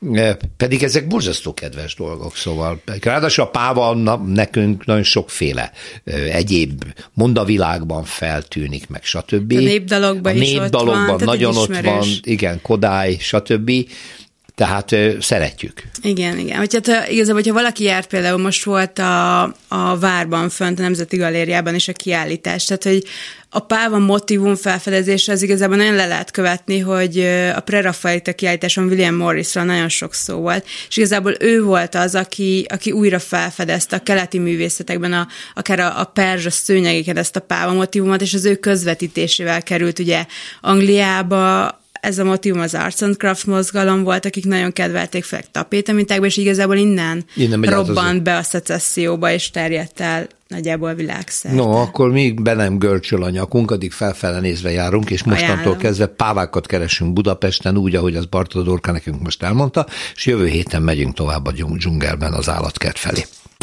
pedig ezek borzasztó kedves dolgok, szóval. Ráadásul a páva nekünk nagyon sokféle egyéb mondavilágban feltűnik, meg stb. A népdalokban is népdalokban ott van. nagyon ott van, igen, Kodály, stb. Tehát ö, szeretjük. Igen, igen. Hogy hát, igazából, hogyha valaki járt, például most volt a, a Várban fönt, a Nemzeti Galériában is a kiállítás, tehát, hogy a páva motivum felfedezése az igazából nagyon le lehet követni, hogy a preraffaelita kiállításon William Morrisról nagyon sok szó volt, és igazából ő volt az, aki, aki újra felfedezte a keleti művészetekben, a, akár a, a perzsa szőnyegéken ezt a páva motivumot, és az ő közvetítésével került ugye Angliába. Ez a motívum az Arts and Crafts mozgalom volt, akik nagyon kedvelték fel tapétamintákba, és igazából innen, innen robbant be a szecesszióba, és terjedt el nagyjából világszerte. No, akkor mi be nem görcsöl a nyakunk, addig felfele nézve járunk, és mostantól Ajánlom. kezdve pávákat keresünk Budapesten, úgy, ahogy az Bartók Dorka nekünk most elmondta, és jövő héten megyünk tovább a dzsungelben az állatkert felé.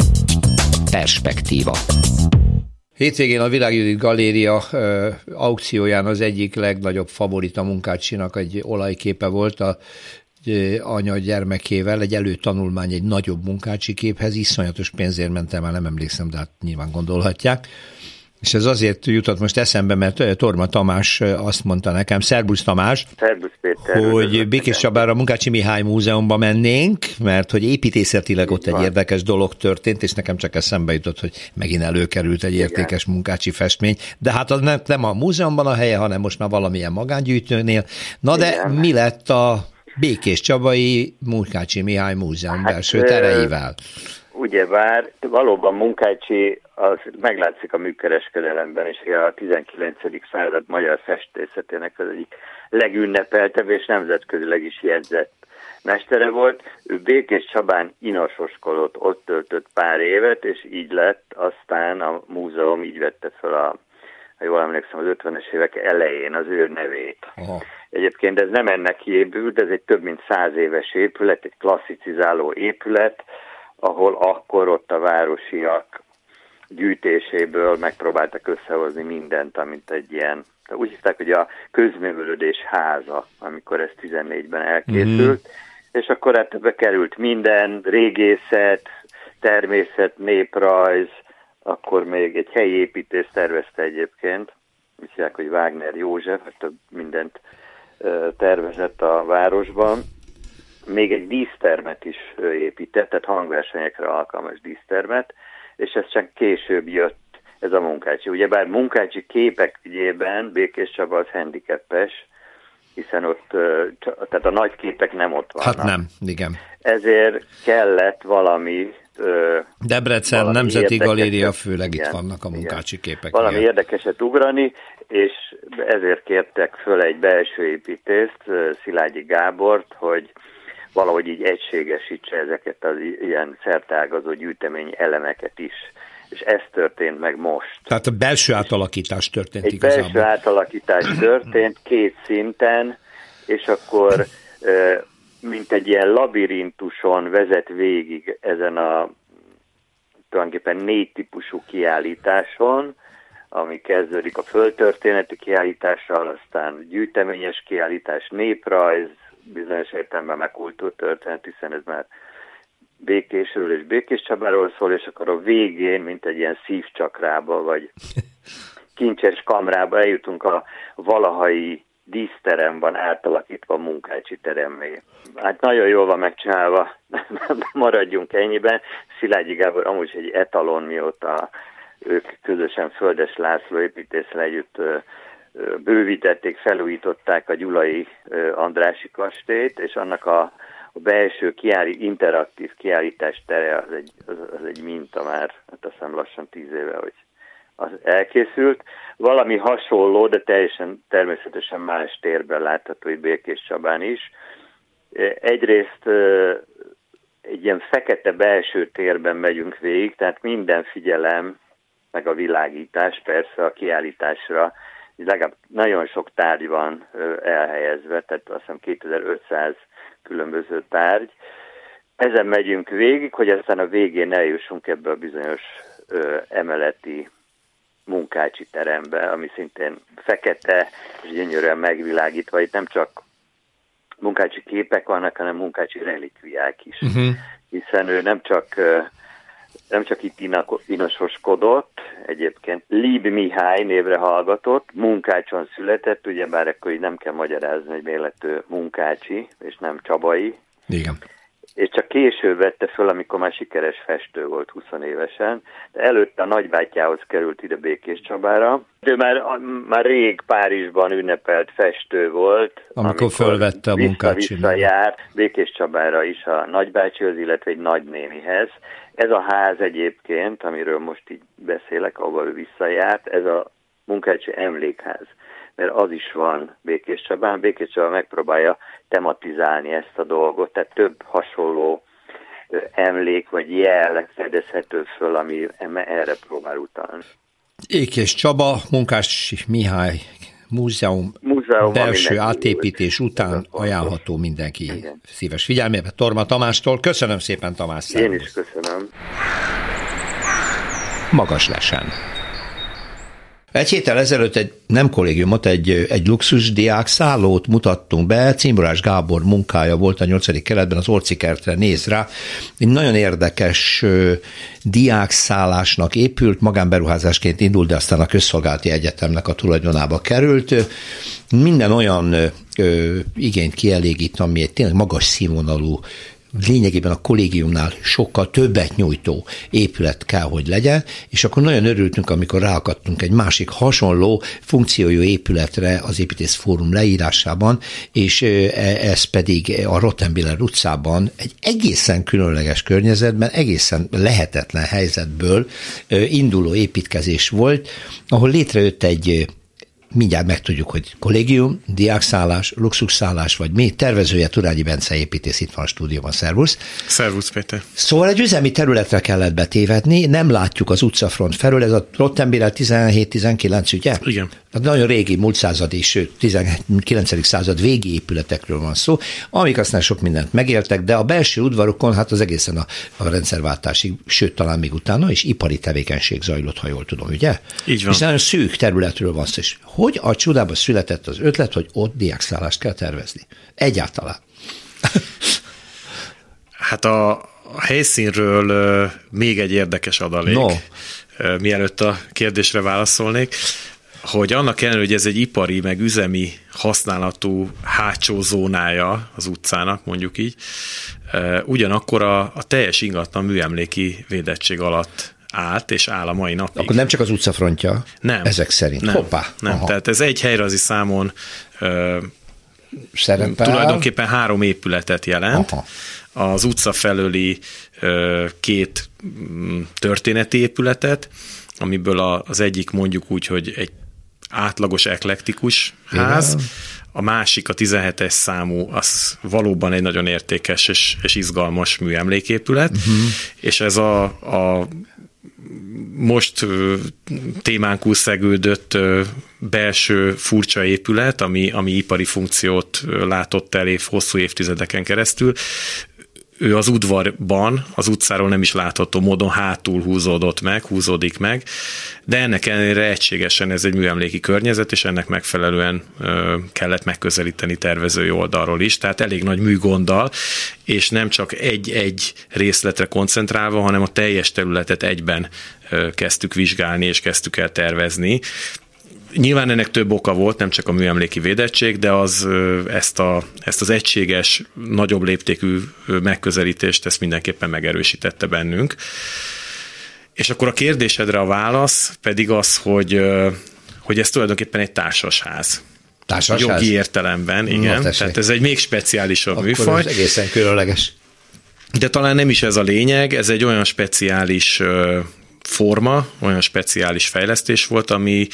Perspektíva. Hétvégén a Világ Galéria ö, aukcióján az egyik legnagyobb favorita Munkácsinak egy olajképe volt a ö, anya gyermekével, egy előtanulmány egy nagyobb Munkácsi képhez, iszonyatos pénzért mentem, már nem emlékszem, de hát nyilván gondolhatják. És ez azért jutott most eszembe, mert Torma Tamás azt mondta nekem, szerbusz Tamás, szerbusz Péter, hogy Békés Csabára a Munkácsi Mihály Múzeumban mennénk, mert hogy építészetileg ott egy érdekes dolog történt, és nekem csak eszembe jutott, hogy megint előkerült egy értékes Munkácsi festmény, de hát az nem, nem a múzeumban a helye, hanem most már valamilyen magángyűjtőnél. Na de Igen. mi lett a Békés Csabai Munkácsi Mihály Múzeum hát, belső tereivel. Ugyebár valóban Munkácsi, az meglátszik a műkereskedelemben, és a tizenkilencedik század magyar festészetének az egyik legünnepeltebb és nemzetközileg is jegyzett mestere volt. Ő Békés Csabán inososkodott, ott töltött pár évet, és így lett, aztán a múzeum így vette fel a, ha jól emlékszem, az ötvenes évek elején az ő nevét. Aha. Egyébként ez nem ennek épült, ez egy több mint száz éves épület, egy klasszicizáló épület, ahol akkor ott a városiak gyűjtéséből megpróbáltak összehozni mindent, amit egy ilyen, úgy hívták, hogy a közművelődés háza, amikor ez tizennégyben elkészült, mm. és akkor hát ebbe került minden, régészet, természet, néprajz, akkor még egy helyi építész tervezte egyébként, úgy hívják, hogy Wagner József, több mindent tervezett a városban, még egy dísztermet is épített, tehát hangversenyekre alkalmas dísztermet, és ez csak később jött ez a Munkácsi. Ugyebár Munkácsi képek ügyében Békés Csaba az handicapes, hiszen ott, tehát a nagy képek nem ott vannak. Hát nem, igen. Ezért kellett valami... Debrecen valami Nemzeti Galéria, főleg igen, itt vannak a Munkácsi igen. képek. Valami igen. érdekeset ugrani, és ezért kértek föl egy belső építést, Szilágyi Gábort, hogy valahogy így egységesítse ezeket az ilyen szerteágazó gyűjtemény elemeket is. És ez történt meg most. Tehát a belső átalakítás történt Egy igazából. belső átalakítás történt két szinten, és akkor mint egy ilyen labirintuson vezet végig ezen a tulajdonképpen négy típusú kiállításon, ami kezdődik a földtörténeti kiállítással, aztán gyűjteményes kiállítás, néprajz, bizonyos értelemben meg kultúrtörténet, hiszen ez már Békésről és Békés Csabáról szól, és akkor a végén, mint egy ilyen szívcsakrába, vagy kincses kamrába eljutunk a valahai díszteremben átalakítva Munkácsi teremmé. Hát nagyon jól van megcsinálva, maradjunk ennyiben. Szilágyi Gábor amúgy egy etalon, mióta ők közösen Földes László építéssel együtt bővítették, felújították a Gyulai Andrássy kastélyt, és annak a A belső kiállí, interaktív kiállítás tere az egy, az, az egy minta már, hát azt hiszem lassan tíz éve, hogy az elkészült. Valami hasonló, de teljesen természetesen más térben látható, hogy Békés Csabán is. Egyrészt egy ilyen fekete belső térben megyünk végig, tehát minden figyelem, meg a világítás persze a kiállításra, legalább nagyon sok tárgy van elhelyezve, tehát azt hiszem kétezer-ötszáz különböző tárgy. Ezen megyünk végig, hogy aztán a végén eljussunk ebbe a bizonyos ö, emeleti Munkácsi terembe, ami szintén fekete és gyönyörűen megvilágítva. Itt nem csak Munkácsi képek vannak, hanem Munkácsi relikviák is. Uh-huh. Hiszen ő nem csak, nem csak itt inososkodott, egyébként Lib Mihály névre hallgatott, Munkácson született, ugyebár akkor így nem kell magyarázni, hogy miért lett ő Munkácsi, és nem Csabai. Igen. És csak később vette föl, amikor már sikeres festő volt húsz évesen, de előtte a nagybátyjához került ide Békés Csabára. Ő már, már rég Párizsban ünnepelt festő volt. Amikor, amikor fölvette a Munkácsi. Visszajárt Békés Csabára is a nagybácsihoz, illetve egy nagynénihez. Ez a ház egyébként, amiről most így beszélek, ahol ő visszajárt, ez a Munkácsi emlékház. Mert az is van Békés Csabán. Békés Csabán megpróbálja tematizálni ezt a dolgot, tehát több hasonló emlék vagy jel fedezhető föl, ami erre próbál utalni. Békés Csaba, Munkácsi Mihály Múzeum, Múzeum belső átépítés után ajánlható mindenki igen. szíves figyelmébe. Torma Tamástól. Köszönöm szépen, Tamás. Szervusz. Én is köszönöm. Magas lesen. Egy héttel ezelőtt egy nem kollégiumot, egy, egy luxus diák szállót mutattunk be, Cimborás Gábor munkája volt a nyolcadik keletben, az Orcikertre néz rá. Egy nagyon érdekes ö, diákszállásnak épült, magánberuházásként indult, de aztán a Közszolgálati Egyetemnek a tulajdonába került. Minden olyan ö, igényt kielégít, ami egy tényleg magas színvonalú lényegében a kollégiumnál sokkal többet nyújtó épület kell, hogy legyen, és akkor nagyon örültünk, amikor ráakadtunk egy másik hasonló funkciójú épületre az Építész Fórum leírásában, és ez pedig a Rottenbiller utcában egy egészen különleges környezetben, egészen lehetetlen helyzetből induló építkezés volt, ahol létrejött egy, mindjárt megtudjuk, hogy kollégium, diákszállás, luxusszállás, vagy mi, tervezője Turányi Bence építész, itt van a stúdióban, szervusz. Szervusz, Péter. Szóval egy üzemi területre kellett betévedni, nem látjuk az utcafront felől, ez a Rottenbiller tizenhét tizenkilenc, ugye? Igen. Nagyon régi, múlt századi, sőt, tizenkilencedik század végi épületekről van szó, amik aztán sok mindent megéltek, de a belső udvarokon, hát az egészen a, a rendszerváltásig, sőt, talán még utána is ipari tevékenység zajlott, ha jól tudom, ugye? Így van. És nagyon szűk területről van szó, és hogy a csodában született az ötlet, hogy ott diákszállást kell tervezni? Egyáltalán. Hát a, a helyszínről uh, még egy érdekes adalék, no. uh, mielőtt a kérdésre válaszolnék, hogy annak ellenére, hogy ez egy ipari, meg üzemi használatú hátsó zónája az utcának, mondjuk így, uh, ugyanakkor a, a teljes ingatlan műemléki védettség alatt állt, és áll a mai napig. Akkor nem csak az utcafrontja? Nem. Ezek szerint? Nem, Hoppá. nem. Aha. Tehát ez egy helyrajzi számon uh, szerepel. Tulajdonképpen három épületet jelent. Aha. Az utca felőli uh, két um, történeti épületet, amiből a, az egyik mondjuk úgy, hogy egy átlagos eklektikus ház, igen. A másik, a tizenhetes számú, az valóban egy nagyon értékes és, és izgalmas műemléképület, uh-huh. És ez a, a most témánkul szegődött belső furcsa épület, ami, ami ipari funkciót látott el év, hosszú évtizedeken keresztül, ő az udvarban, az utcáról nem is látható módon hátul húzódott meg, húzódik meg, de ennek ellenére egységesen ez egy műemléki környezet, és ennek megfelelően ö, kellett megközelíteni tervezői oldalról is, tehát elég nagy műgonddal, és nem csak egy-egy részletre koncentrálva, hanem a teljes területet egyben ö, kezdtük vizsgálni, és kezdtük el tervezni. Nyilván ennek több oka volt, nem csak a műemléki védettség, de az ezt, a, ezt az egységes, nagyobb léptékű megközelítést ezt mindenképpen megerősítette bennünk. És akkor a kérdésedre a válasz pedig az, hogy, hogy ez tulajdonképpen egy társasház. Társasház? Jogi értelemben, igen. Na, tehát ez egy még speciálisabb akkor műfaj. Akkor ez egészen különleges. De talán nem is ez a lényeg, ez egy olyan speciális forma, olyan speciális fejlesztés volt, ami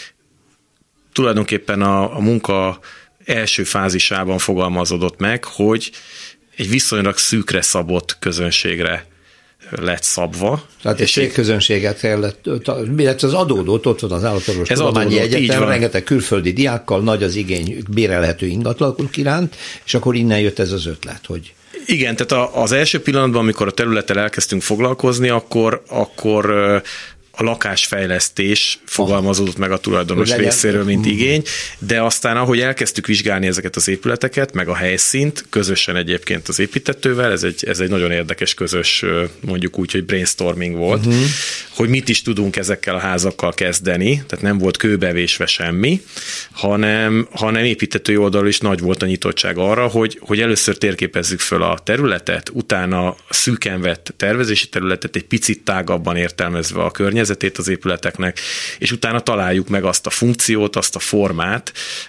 tulajdonképpen a, a munka első fázisában fogalmazódott meg, hogy egy viszonylag szűkre szabott közönségre lett szabva. Tehát egy cégközönséget kellett, illetve az adódott, ott van az Állatorvos Tudományi Egyetem, rengeteg külföldi diákkal, nagy az igény bérelhető ingatlanok iránt, és akkor innen jött ez az ötlet, hogy... Igen, tehát az első pillanatban, amikor a területtel elkezdtünk foglalkozni, akkor, akkor a lakásfejlesztés fogalmazódott meg a tulajdonos részéről, mint igény, de aztán ahogy elkezdtük vizsgálni ezeket az épületeket, meg a helyszínt, közösen egyébként az építetővel, ez egy, ez egy nagyon érdekes közös, mondjuk úgy, hogy brainstorming volt, uh-huh. hogy mit is tudunk ezekkel a házakkal kezdeni, tehát nem volt kőbevésve semmi, hanem, hanem építetői oldalról is nagy volt a nyitottság arra, hogy, hogy először térképezzük föl a területet, utána szűken vett tervezési területet egy picit tágabban értelmezve a környezetet, az épületeknek, és utána találjuk meg azt a funkciót, azt a formát,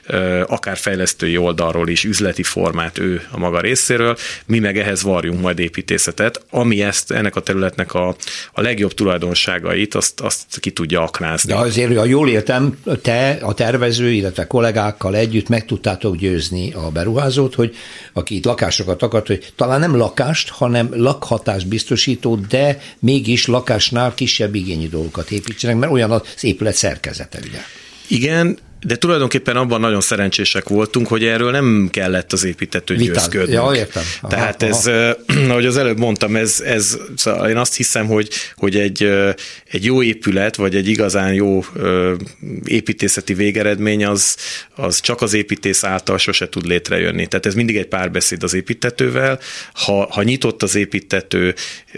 akár fejlesztői oldalról is, üzleti formát ő a maga részéről, mi meg ehhez varjunk majd építészetet, ami ezt, ennek a területnek a, a legjobb tulajdonságait, azt, azt ki tudja aknázni. De azért, ha jól értem, te, a tervező, illetve kollégákkal együtt meg tudtátok győzni a beruházót, hogy aki itt lakásokat akart, hogy talán nem lakást, hanem lakhatást biztosító, de mégis lakásnál kisebb igényű dolgokat építsenek, mert olyan az épület szerkezete, ugye? Igen, de tulajdonképpen abban nagyon szerencsések voltunk, hogy erről nem kellett az építető győzködnünk. Ja, értem. Aha, Tehát aha. ez, ahogy az előbb mondtam, ez, ez szóval én azt hiszem, hogy, hogy egy, egy jó épület, vagy egy igazán jó építészeti végeredmény az, az csak az építész által sose tud létrejönni. Tehát ez mindig egy párbeszéd az építetővel. Ha, ha nyitott az építető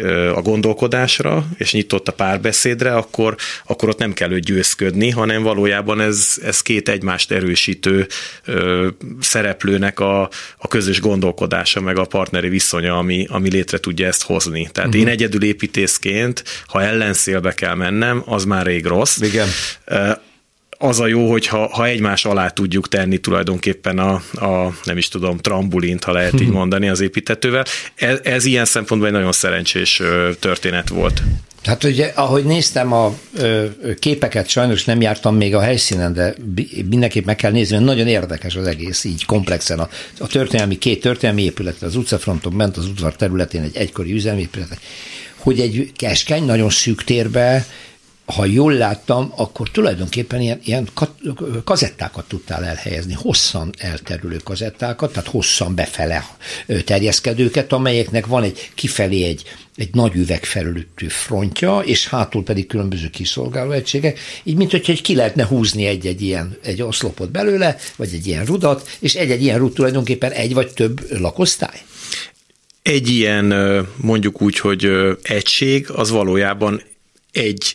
a gondolkodásra, és nyitott a párbeszédre, akkor, akkor ott nem kell őt győzködni, hanem valójában ez, ez két egymást erősítő ö, szereplőnek a, a közös gondolkodása, meg a partneri viszonya, ami, ami létre tudja ezt hozni. Tehát uh-huh. én egyedül építészként, ha ellenszélbe kell mennem, az már rég rossz. Igen. Az a jó, hogyha ha egymás alá tudjuk tenni tulajdonképpen a, a nem is tudom, trambulint, ha lehet így mondani az építetővel. Ez, ez ilyen szempontból egy nagyon szerencsés történet volt. Hát ugye, ahogy néztem a ö, képeket, sajnos nem jártam még a helyszínen, de mindenképp meg kell nézni, mert nagyon érdekes az egész, így komplexen. A, a történelmi, két történelmi épület, az utcafronton bent, az udvar területén egy egykori üzemépület, hogy egy keskeny, nagyon szűk térbe, ha jól láttam, akkor tulajdonképpen ilyen, ilyen kazettákat tudtál elhelyezni, hosszan elterülő kazettákat, tehát hosszan befele terjeszkedőket, amelyeknek van egy kifelé egy, egy nagy üvegfelültű frontja, és hátul pedig különböző kiszolgáló egységek, így mint hogyha ki lehetne húzni egy-egy ilyen egy oszlopot belőle, vagy egy ilyen rudat, és egy-egy ilyen rud tulajdonképpen egy vagy több lakosztály. Egy ilyen, mondjuk úgy, hogy egység, az valójában egy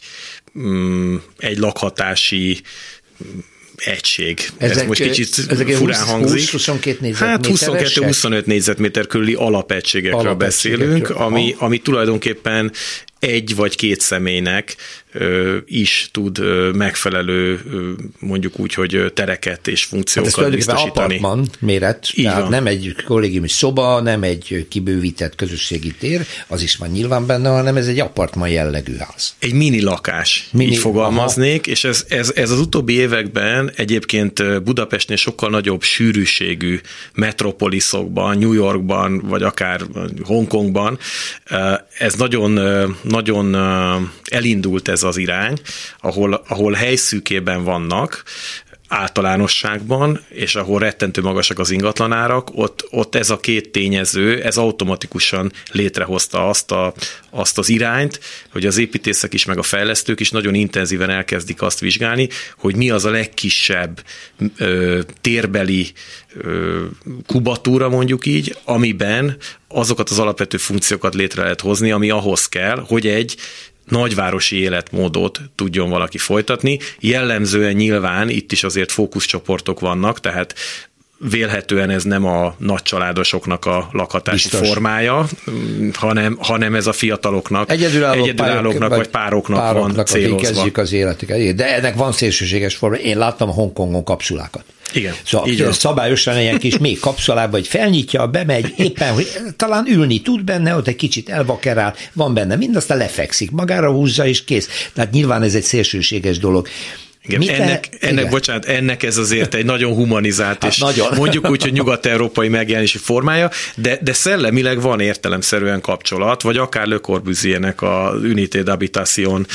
egy lakhatási egység. Ezek, Ez most kicsit furán húsz, hangzik. húsz-huszonkettő négyzetméteresek? Hát huszonkettő-huszonöt négyzetméter körüli alapegységekről Alapegységekről. beszélünk, ami, ami tulajdonképpen egy vagy két személynek ö, is tud ö, megfelelő, ö, mondjuk úgy, hogy tereket és funkciókat hát biztosítani. Apartman méret, így tehát van. Nem egy kollégiumi szoba, nem egy kibővített közösségi tér, az is van nyilván benne, hanem ez egy apartman jellegű ház. Egy mini lakás, mini, így fogalmaznék, aha. És ez, ez, ez az utóbbi években egyébként Budapestnél sokkal nagyobb sűrűségű metropoliszokban, New Yorkban, vagy akár Hongkongban, ez nagyon nagyon elindult ez az irány, ahol, ahol helyszűkében vannak, általánosságban, és ahol rettentő magasak az ingatlanárak, ott, ott ez a két tényező, ez automatikusan létrehozta azt, a, azt az irányt, hogy az építészek is, meg a fejlesztők is nagyon intenzíven elkezdik azt vizsgálni, hogy mi az a legkisebb ö, térbeli ö, kubatúra, mondjuk így, amiben azokat az alapvető funkciókat létre lehet hozni, ami ahhoz kell, hogy egy nagyvárosi életmódot tudjon valaki folytatni. Jellemzően nyilván itt is azért fókuszcsoportok vannak, tehát vélhetően ez nem a nagycsaládosoknak a lakhatási biztos formája, hanem, hanem ez a fiataloknak, egyedülállóknak, egyedülállóknak vagy, vagy pároknak, pároknak van célozva. Kezdjük az életüket. De ennek van szélsőséges forma. Én láttam a Hongkongon kapszulákat. Igen, szóval így szabályosan ilyen kis még kapszulába, hogy felnyitja, bemegy, éppen, hogy talán ülni tud benne, ott egy kicsit elvakerál, van benne mind, aztán lefekszik, magára húzza és kész. Tehát nyilván ez egy szélsőséges dolog. Igen, ennek, ennek, bocsánat, ennek ez azért egy nagyon humanizált, hát és nagyon. Mondjuk úgy, hogy nyugat-európai megjelenési formája, de, de szellemileg van értelemszerűen kapcsolat, vagy akár Le Corbusier-nek a Unité d'Habitation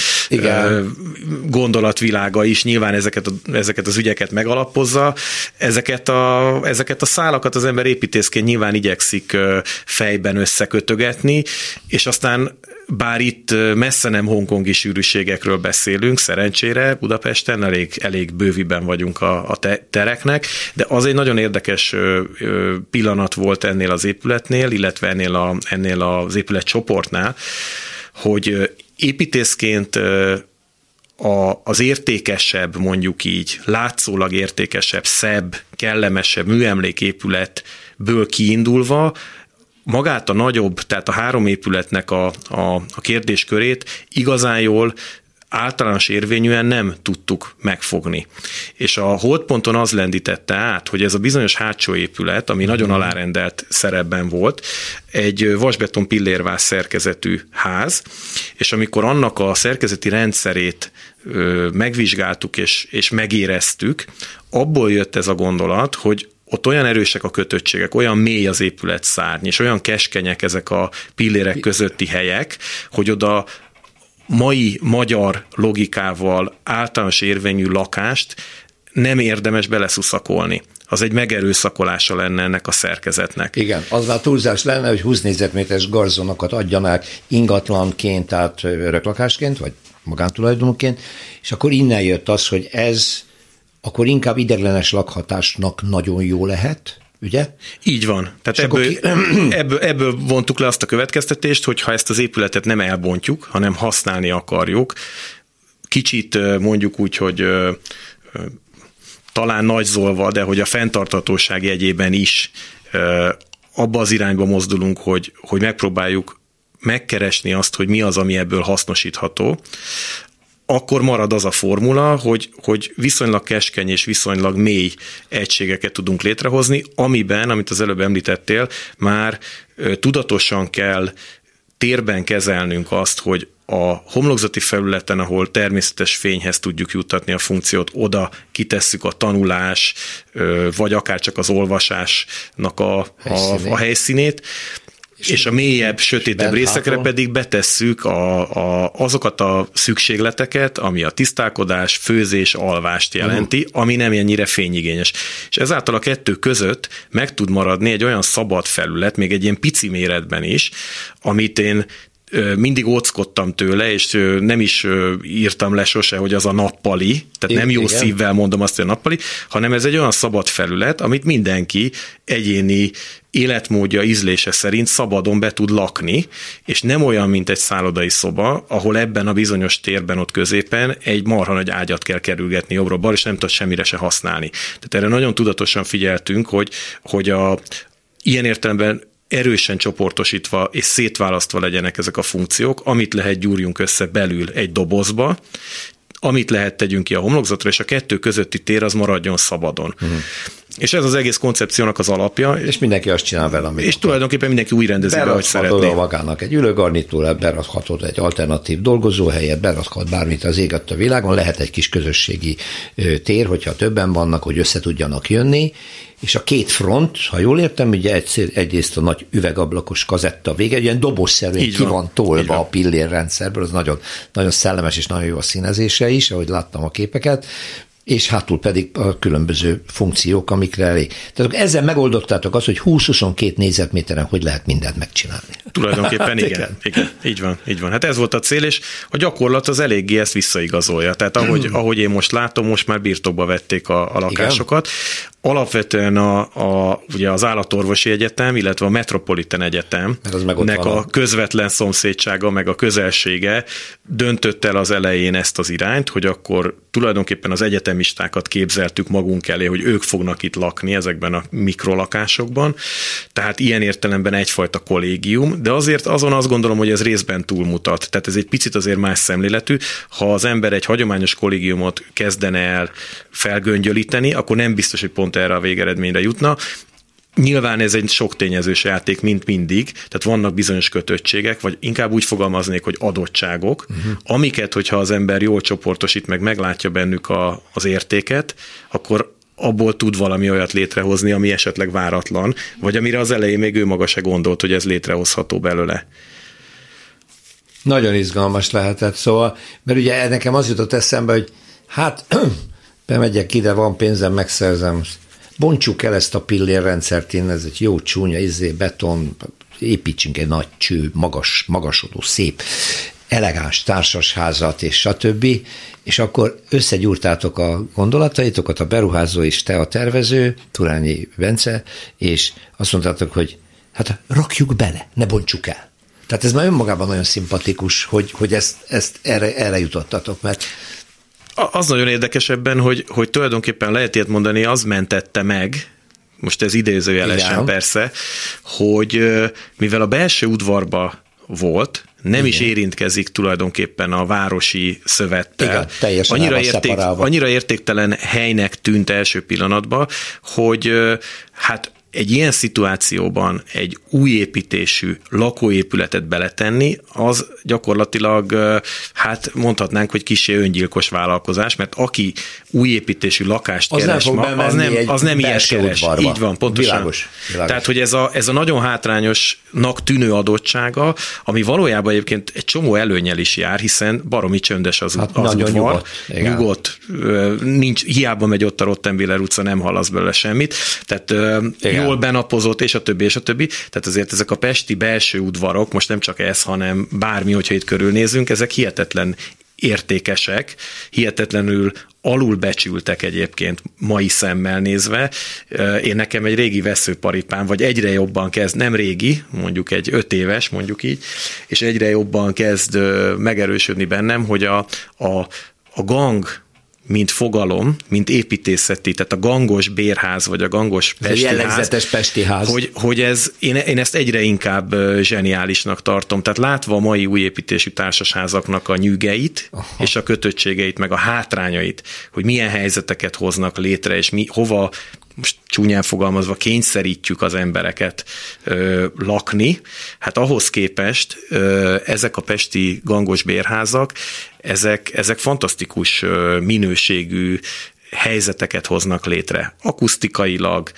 gondolatvilága is nyilván ezeket, a, ezeket az ügyeket megalapozza. Ezeket a, ezeket a szálakat az ember építészként nyilván igyekszik fejben összekötögetni, és aztán bár itt messze nem hongkongi sűrűségekről beszélünk, szerencsére Budapesten elég, elég bőviben vagyunk a, a tereknek, de az egy nagyon érdekes pillanat volt ennél az épületnél, illetve ennél, a, ennél az épület csoportnál, hogy építészként a, az értékesebb, mondjuk így, látszólag értékesebb, szebb, kellemesebb műemléképületből kiindulva magát a nagyobb, tehát a három épületnek a, a, a kérdéskörét igazán jól, általános érvényűen nem tudtuk megfogni. És a holdponton az lendítette át, hogy ez a bizonyos hátsó épület, ami nagyon alárendelt szerepben volt, egy vasbeton pillérváz szerkezetű ház, és amikor annak a szerkezeti rendszerét ö, megvizsgáltuk és, és megéreztük, abból jött ez a gondolat, hogy ott olyan erősek a kötöttségek, olyan mély az épület szárny, és olyan keskenyek ezek a pillérek közötti helyek, hogy oda mai magyar logikával általános érvényű lakást nem érdemes beleszuszakolni. Az egy megerőszakolása lenne ennek a szerkezetnek. Igen, az már túlzás lenne, hogy húsz négyzetméteres garzonokat adjanak ingatlanként, tehát öröklakásként, vagy magántulajdonként, és akkor innen jött az, hogy ez akkor inkább ideiglenes lakhatásnak nagyon jó lehet, ugye? Így van. Tehát ebből, ki... ebből, ebből vontuk le azt a következtetést, hogy ha ezt az épületet nem elbontjuk, hanem használni akarjuk, kicsit mondjuk úgy, hogy talán nagyzolva, de hogy a fenntarthatóság jegyében is abba az irányba mozdulunk, hogy, hogy megpróbáljuk megkeresni azt, hogy mi az, ami ebből hasznosítható, akkor marad az a formula, hogy, hogy viszonylag keskeny és viszonylag mély egységeket tudunk létrehozni, amiben, amit az előbb említettél, már tudatosan kell térben kezelnünk azt, hogy a homlokzati felületen, ahol természetes fényhez tudjuk juttatni a funkciót, oda kitesszük a tanulás, vagy akár csak az olvasásnak a, a, a helyszínét, és, és a mélyebb, sötétebb részekre hátul pedig betesszük a, a, azokat a szükségleteket, ami a tisztálkodás, főzés, alvást jelenti, uh-huh. ami nem ennyire fényigényes. És ezáltal a kettő között meg tud maradni egy olyan szabad felület, még egy ilyen pici méretben is, amit én mindig óckodtam tőle, és nem is írtam le sose, hogy az a nappali, tehát nem jó igen. szívvel mondom azt, hogy a nappali, hanem ez egy olyan szabad felület, amit mindenki egyéni életmódja, ízlése szerint szabadon be tud lakni, és nem olyan, mint egy szállodai szoba, ahol ebben a bizonyos térben ott középen egy marha nagy ágyat kell kerülgetni jobbra-balra, és nem tud semmire se használni. Tehát erre nagyon tudatosan figyeltünk, hogy, hogy a, ilyen értelemben erősen csoportosítva és szétválasztva legyenek ezek a funkciók, amit lehet gyúrjunk össze belül egy dobozba, amit lehet tegyünk ki a homlokzatra, és a kettő közötti tér az maradjon szabadon. Uh-huh. És ez az egész koncepciónak az alapja. És mindenki azt csinál vele, amit És akar. Tulajdonképpen mindenki úgy rendezi be, hogy szeretné. Berakhatod magának egy ülőgarnitúrát, berakhatod egy alternatív dolgozóhelyet, berakhat bármit az ég a világon, lehet egy kis közösségi tér, hogyha többen vannak, hogy össze tudjanak jönni, és a két front, ha jól értem, ugye egy, egyrészt a nagy üvegablakos kazetta vége, egy ilyen dobozszerűen ki van tolva a pillérrendszerből, az nagyon, nagyon szellemes és nagyon jó a színezése is, ahogy láttam a képeket, és hátul pedig a különböző funkciók, amikre elég. Tehát ezzel megoldottátok azt, hogy húsz-huszonkettő négyzetméteren hogy lehet mindent megcsinálni. Tulajdonképpen hát, igen, igen. igen. Így van, így van. Hát ez volt a cél, és a gyakorlat az eléggé ezt visszaigazolja. Tehát ahogy, ahogy én most látom, most már birtokba vették a, a lakásokat. Igen. Alapvetően a, a, ugye az Állatorvosi Egyetem, illetve a Metropolitan Egyetemnek a közvetlen szomszédsága, meg a közelsége döntött el az elején ezt az irányt, hogy akkor tulajdonképpen az egyetemistákat képzeltük magunk elé, hogy ők fognak itt lakni ezekben a mikrolakásokban. Tehát ilyen értelemben egyfajta kollégium, de azért azon azt gondolom, hogy ez részben túlmutat. Tehát ez egy picit azért más szemléletű. Ha az ember egy hagyományos kollégiumot kezdene el felgöngyölíteni, akkor nem biztos, hogy pont erre a végeredményre jutna. Nyilván ez egy sok tényezős játék, mint mindig, tehát vannak bizonyos kötöttségek, vagy inkább úgy fogalmaznék, hogy adottságok, uh-huh. amiket, hogyha az ember jól csoportosít, meg meglátja bennük a, az értéket, akkor abból tud valami olyat létrehozni, ami esetleg váratlan, vagy amire az elején még ő maga se gondolt, hogy ez létrehozható belőle. Nagyon izgalmas lehetett, szóval, mert ugye nekem az jutott eszembe, hogy hát bemegyek ide, van pénzem, megszerzem, bontsuk el ezt a pillérrendszert, én ez egy jó csúnya, izé, beton, építsünk egy nagy cső, magas, magasodó, szép, elegáns társasházat, és stb. És akkor összegyúrtátok a gondolataitokat, a beruházó és te a tervező, Turányi Bence, és azt mondtátok, hogy hát rakjuk bele, ne bontsuk el. Tehát ez már önmagában nagyon szimpatikus, hogy, hogy ezt, ezt erre, erre jutottatok, mert az nagyon érdekes ebben, hogy, hogy tulajdonképpen lehet ilyet mondani, az mentette meg, most ez idézőjelesen igen. persze, hogy mivel a belső udvarba volt, nem igen. is érintkezik tulajdonképpen a városi szövettel. Igen, annyira, érték, annyira értéktelen helynek tűnt első pillanatban, hogy hát egy ilyen szituációban egy új építésű lakóépületet beletenni, az gyakorlatilag, hát mondhatnánk, hogy kissé öngyilkos vállalkozás, mert aki új építésű lakást az keres ma, az nem, az nem ilyet keres. Udvarba. Így van, pontosan. Világos, világos. Tehát, hogy ez a, ez a nagyon hátrányosnak tűnő adottsága, ami valójában egyébként egy csomó előnnyel is jár, hiszen baromi csöndes az, hát az udvar. Nyugodt, nyugodt, nincs, hiába megy ott a Rottenwiller utca, nem hallasz belőle semmit. Tehát igen. jól benapozott, és a többi, és a többi. Tehát azért ezek a pesti belső udvarok, most nem csak ez, hanem bármi, hogyha itt körülnézünk, ezek hihetetlen értékesek, hihetetlenül alulbecsültek egyébként mai szemmel nézve. Én nekem egy régi veszőparipám, vagy egyre jobban kezd, nem régi, mondjuk egy öt éves, mondjuk így, és egyre jobban kezd megerősödni bennem, hogy a, a, a gang mint fogalom, mint építészeti, tehát a gangos bérház, vagy a gangos pesti ház, jellegzetes pesti ház. Hogy, hogy ez, én, én ezt egyre inkább zseniálisnak tartom. Tehát látva a mai új építésű társasházaknak a nyűgeit, aha, és a kötöttségeit, meg a hátrányait, hogy milyen helyzeteket hoznak létre, és mi, hova, most csúnyán fogalmazva, kényszerítjük az embereket ö, lakni. Hát ahhoz képest ö, ezek a pesti gangos bérházak, ezek, ezek fantasztikus ö, minőségű helyzeteket hoznak létre. Akusztikailag,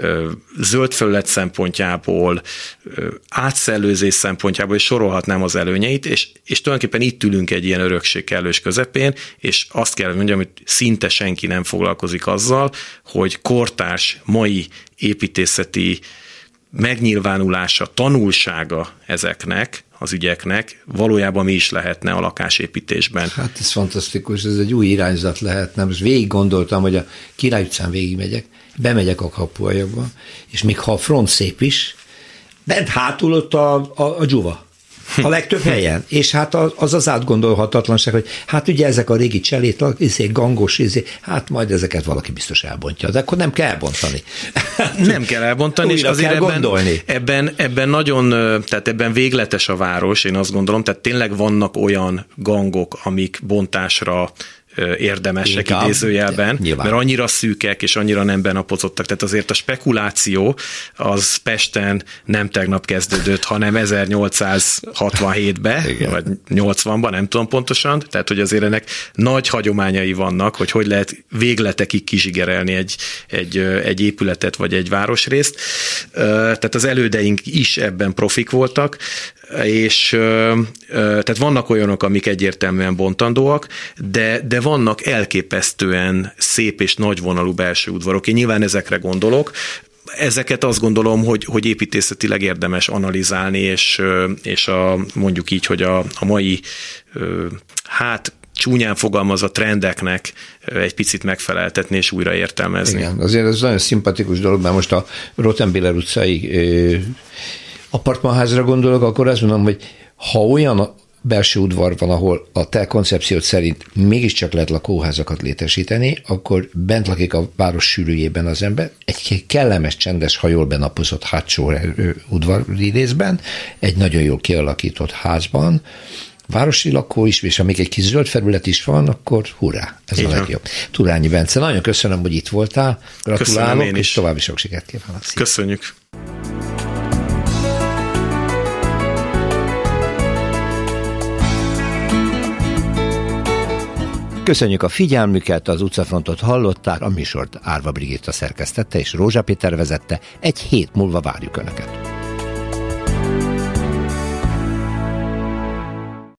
zöld felület szempontjából, átszellőzés szempontjából, és sorolhatnám az előnyeit, és, és tulajdonképpen itt ülünk egy ilyen örökség kellős közepén, és azt kell mondjam, hogy szinte senki nem foglalkozik azzal, hogy kortárs, mai építészeti megnyilvánulása, tanulsága ezeknek, az ügyeknek valójában mi is lehetne a lakásépítésben. Hát ez fantasztikus, ez egy új irányzat lehetne. Most végig gondoltam, hogy a Király utcán végigmegyek, bemegyek a kapuajakba, és még ha a front szép is, bent hátul ott a, a, a dzsuva. A legtöbb helyen. És hát az az átgondolhatatlanság, hogy hát ugye ezek a régi cselét, izé, gangos, izé, hát majd ezeket valaki biztos elbontja, de akkor nem kell elbontani. Nem kell elbontani, és azért ebben, ebben, ebben nagyon, tehát ebben végletes a város, én azt gondolom, tehát tényleg vannak olyan gangok, amik bontásra érdemesek inkább, idézőjelben, nyilván, mert annyira szűkek és annyira nem benapozottak. Tehát azért a spekuláció az Pesten nem tegnap kezdődött, hanem ezernyolcszázhatvanhétben, igen, vagy nyolcvanban, nem tudom pontosan. Tehát, hogy azért ennek nagy hagyományai vannak, hogy hogy lehet végletekig kizsigerelni egy, egy, egy épületet vagy egy városrészt. Tehát az elődeink is ebben profik voltak, és tehát vannak olyanok, amik egyértelműen bontandóak, de, de vannak elképesztően szép és nagyvonalú belső udvarok. Én nyilván ezekre gondolok. Ezeket azt gondolom, hogy, hogy építészetileg érdemes analizálni, és, és a, mondjuk így, hogy a, a mai hát csúnyán fogalmazva trendeknek egy picit megfeleltetni és újra értelmezni. Igen, azért ez nagyon szimpatikus dolog, mert most a Rothenbiller utcai apartmanházra gondolok, akkor azt mondom, hogy ha olyan belső udvar van, ahol a te koncepciód szerint mégiscsak lehet lakóházakat létesíteni, akkor bent lakik a város sűrűjében az ember, egy kellemes, csendes, ha jól benapozott hátsó udvari részben, egy nagyon jól kialakított házban, városi lakó is, és amíg egy kis zöld felület is van, akkor hurrá, ez igen, a legjobb. Turányi Bence, nagyon köszönöm, hogy itt voltál, gratulálok, és további sok sikert kívánok. Köszönjük. Köszönjük a figyelmüket, az utcafrontot hallották, a műsort Árva Brigitta szerkesztette és Rózsa Péter vezette, egy hét múlva várjuk Önöket.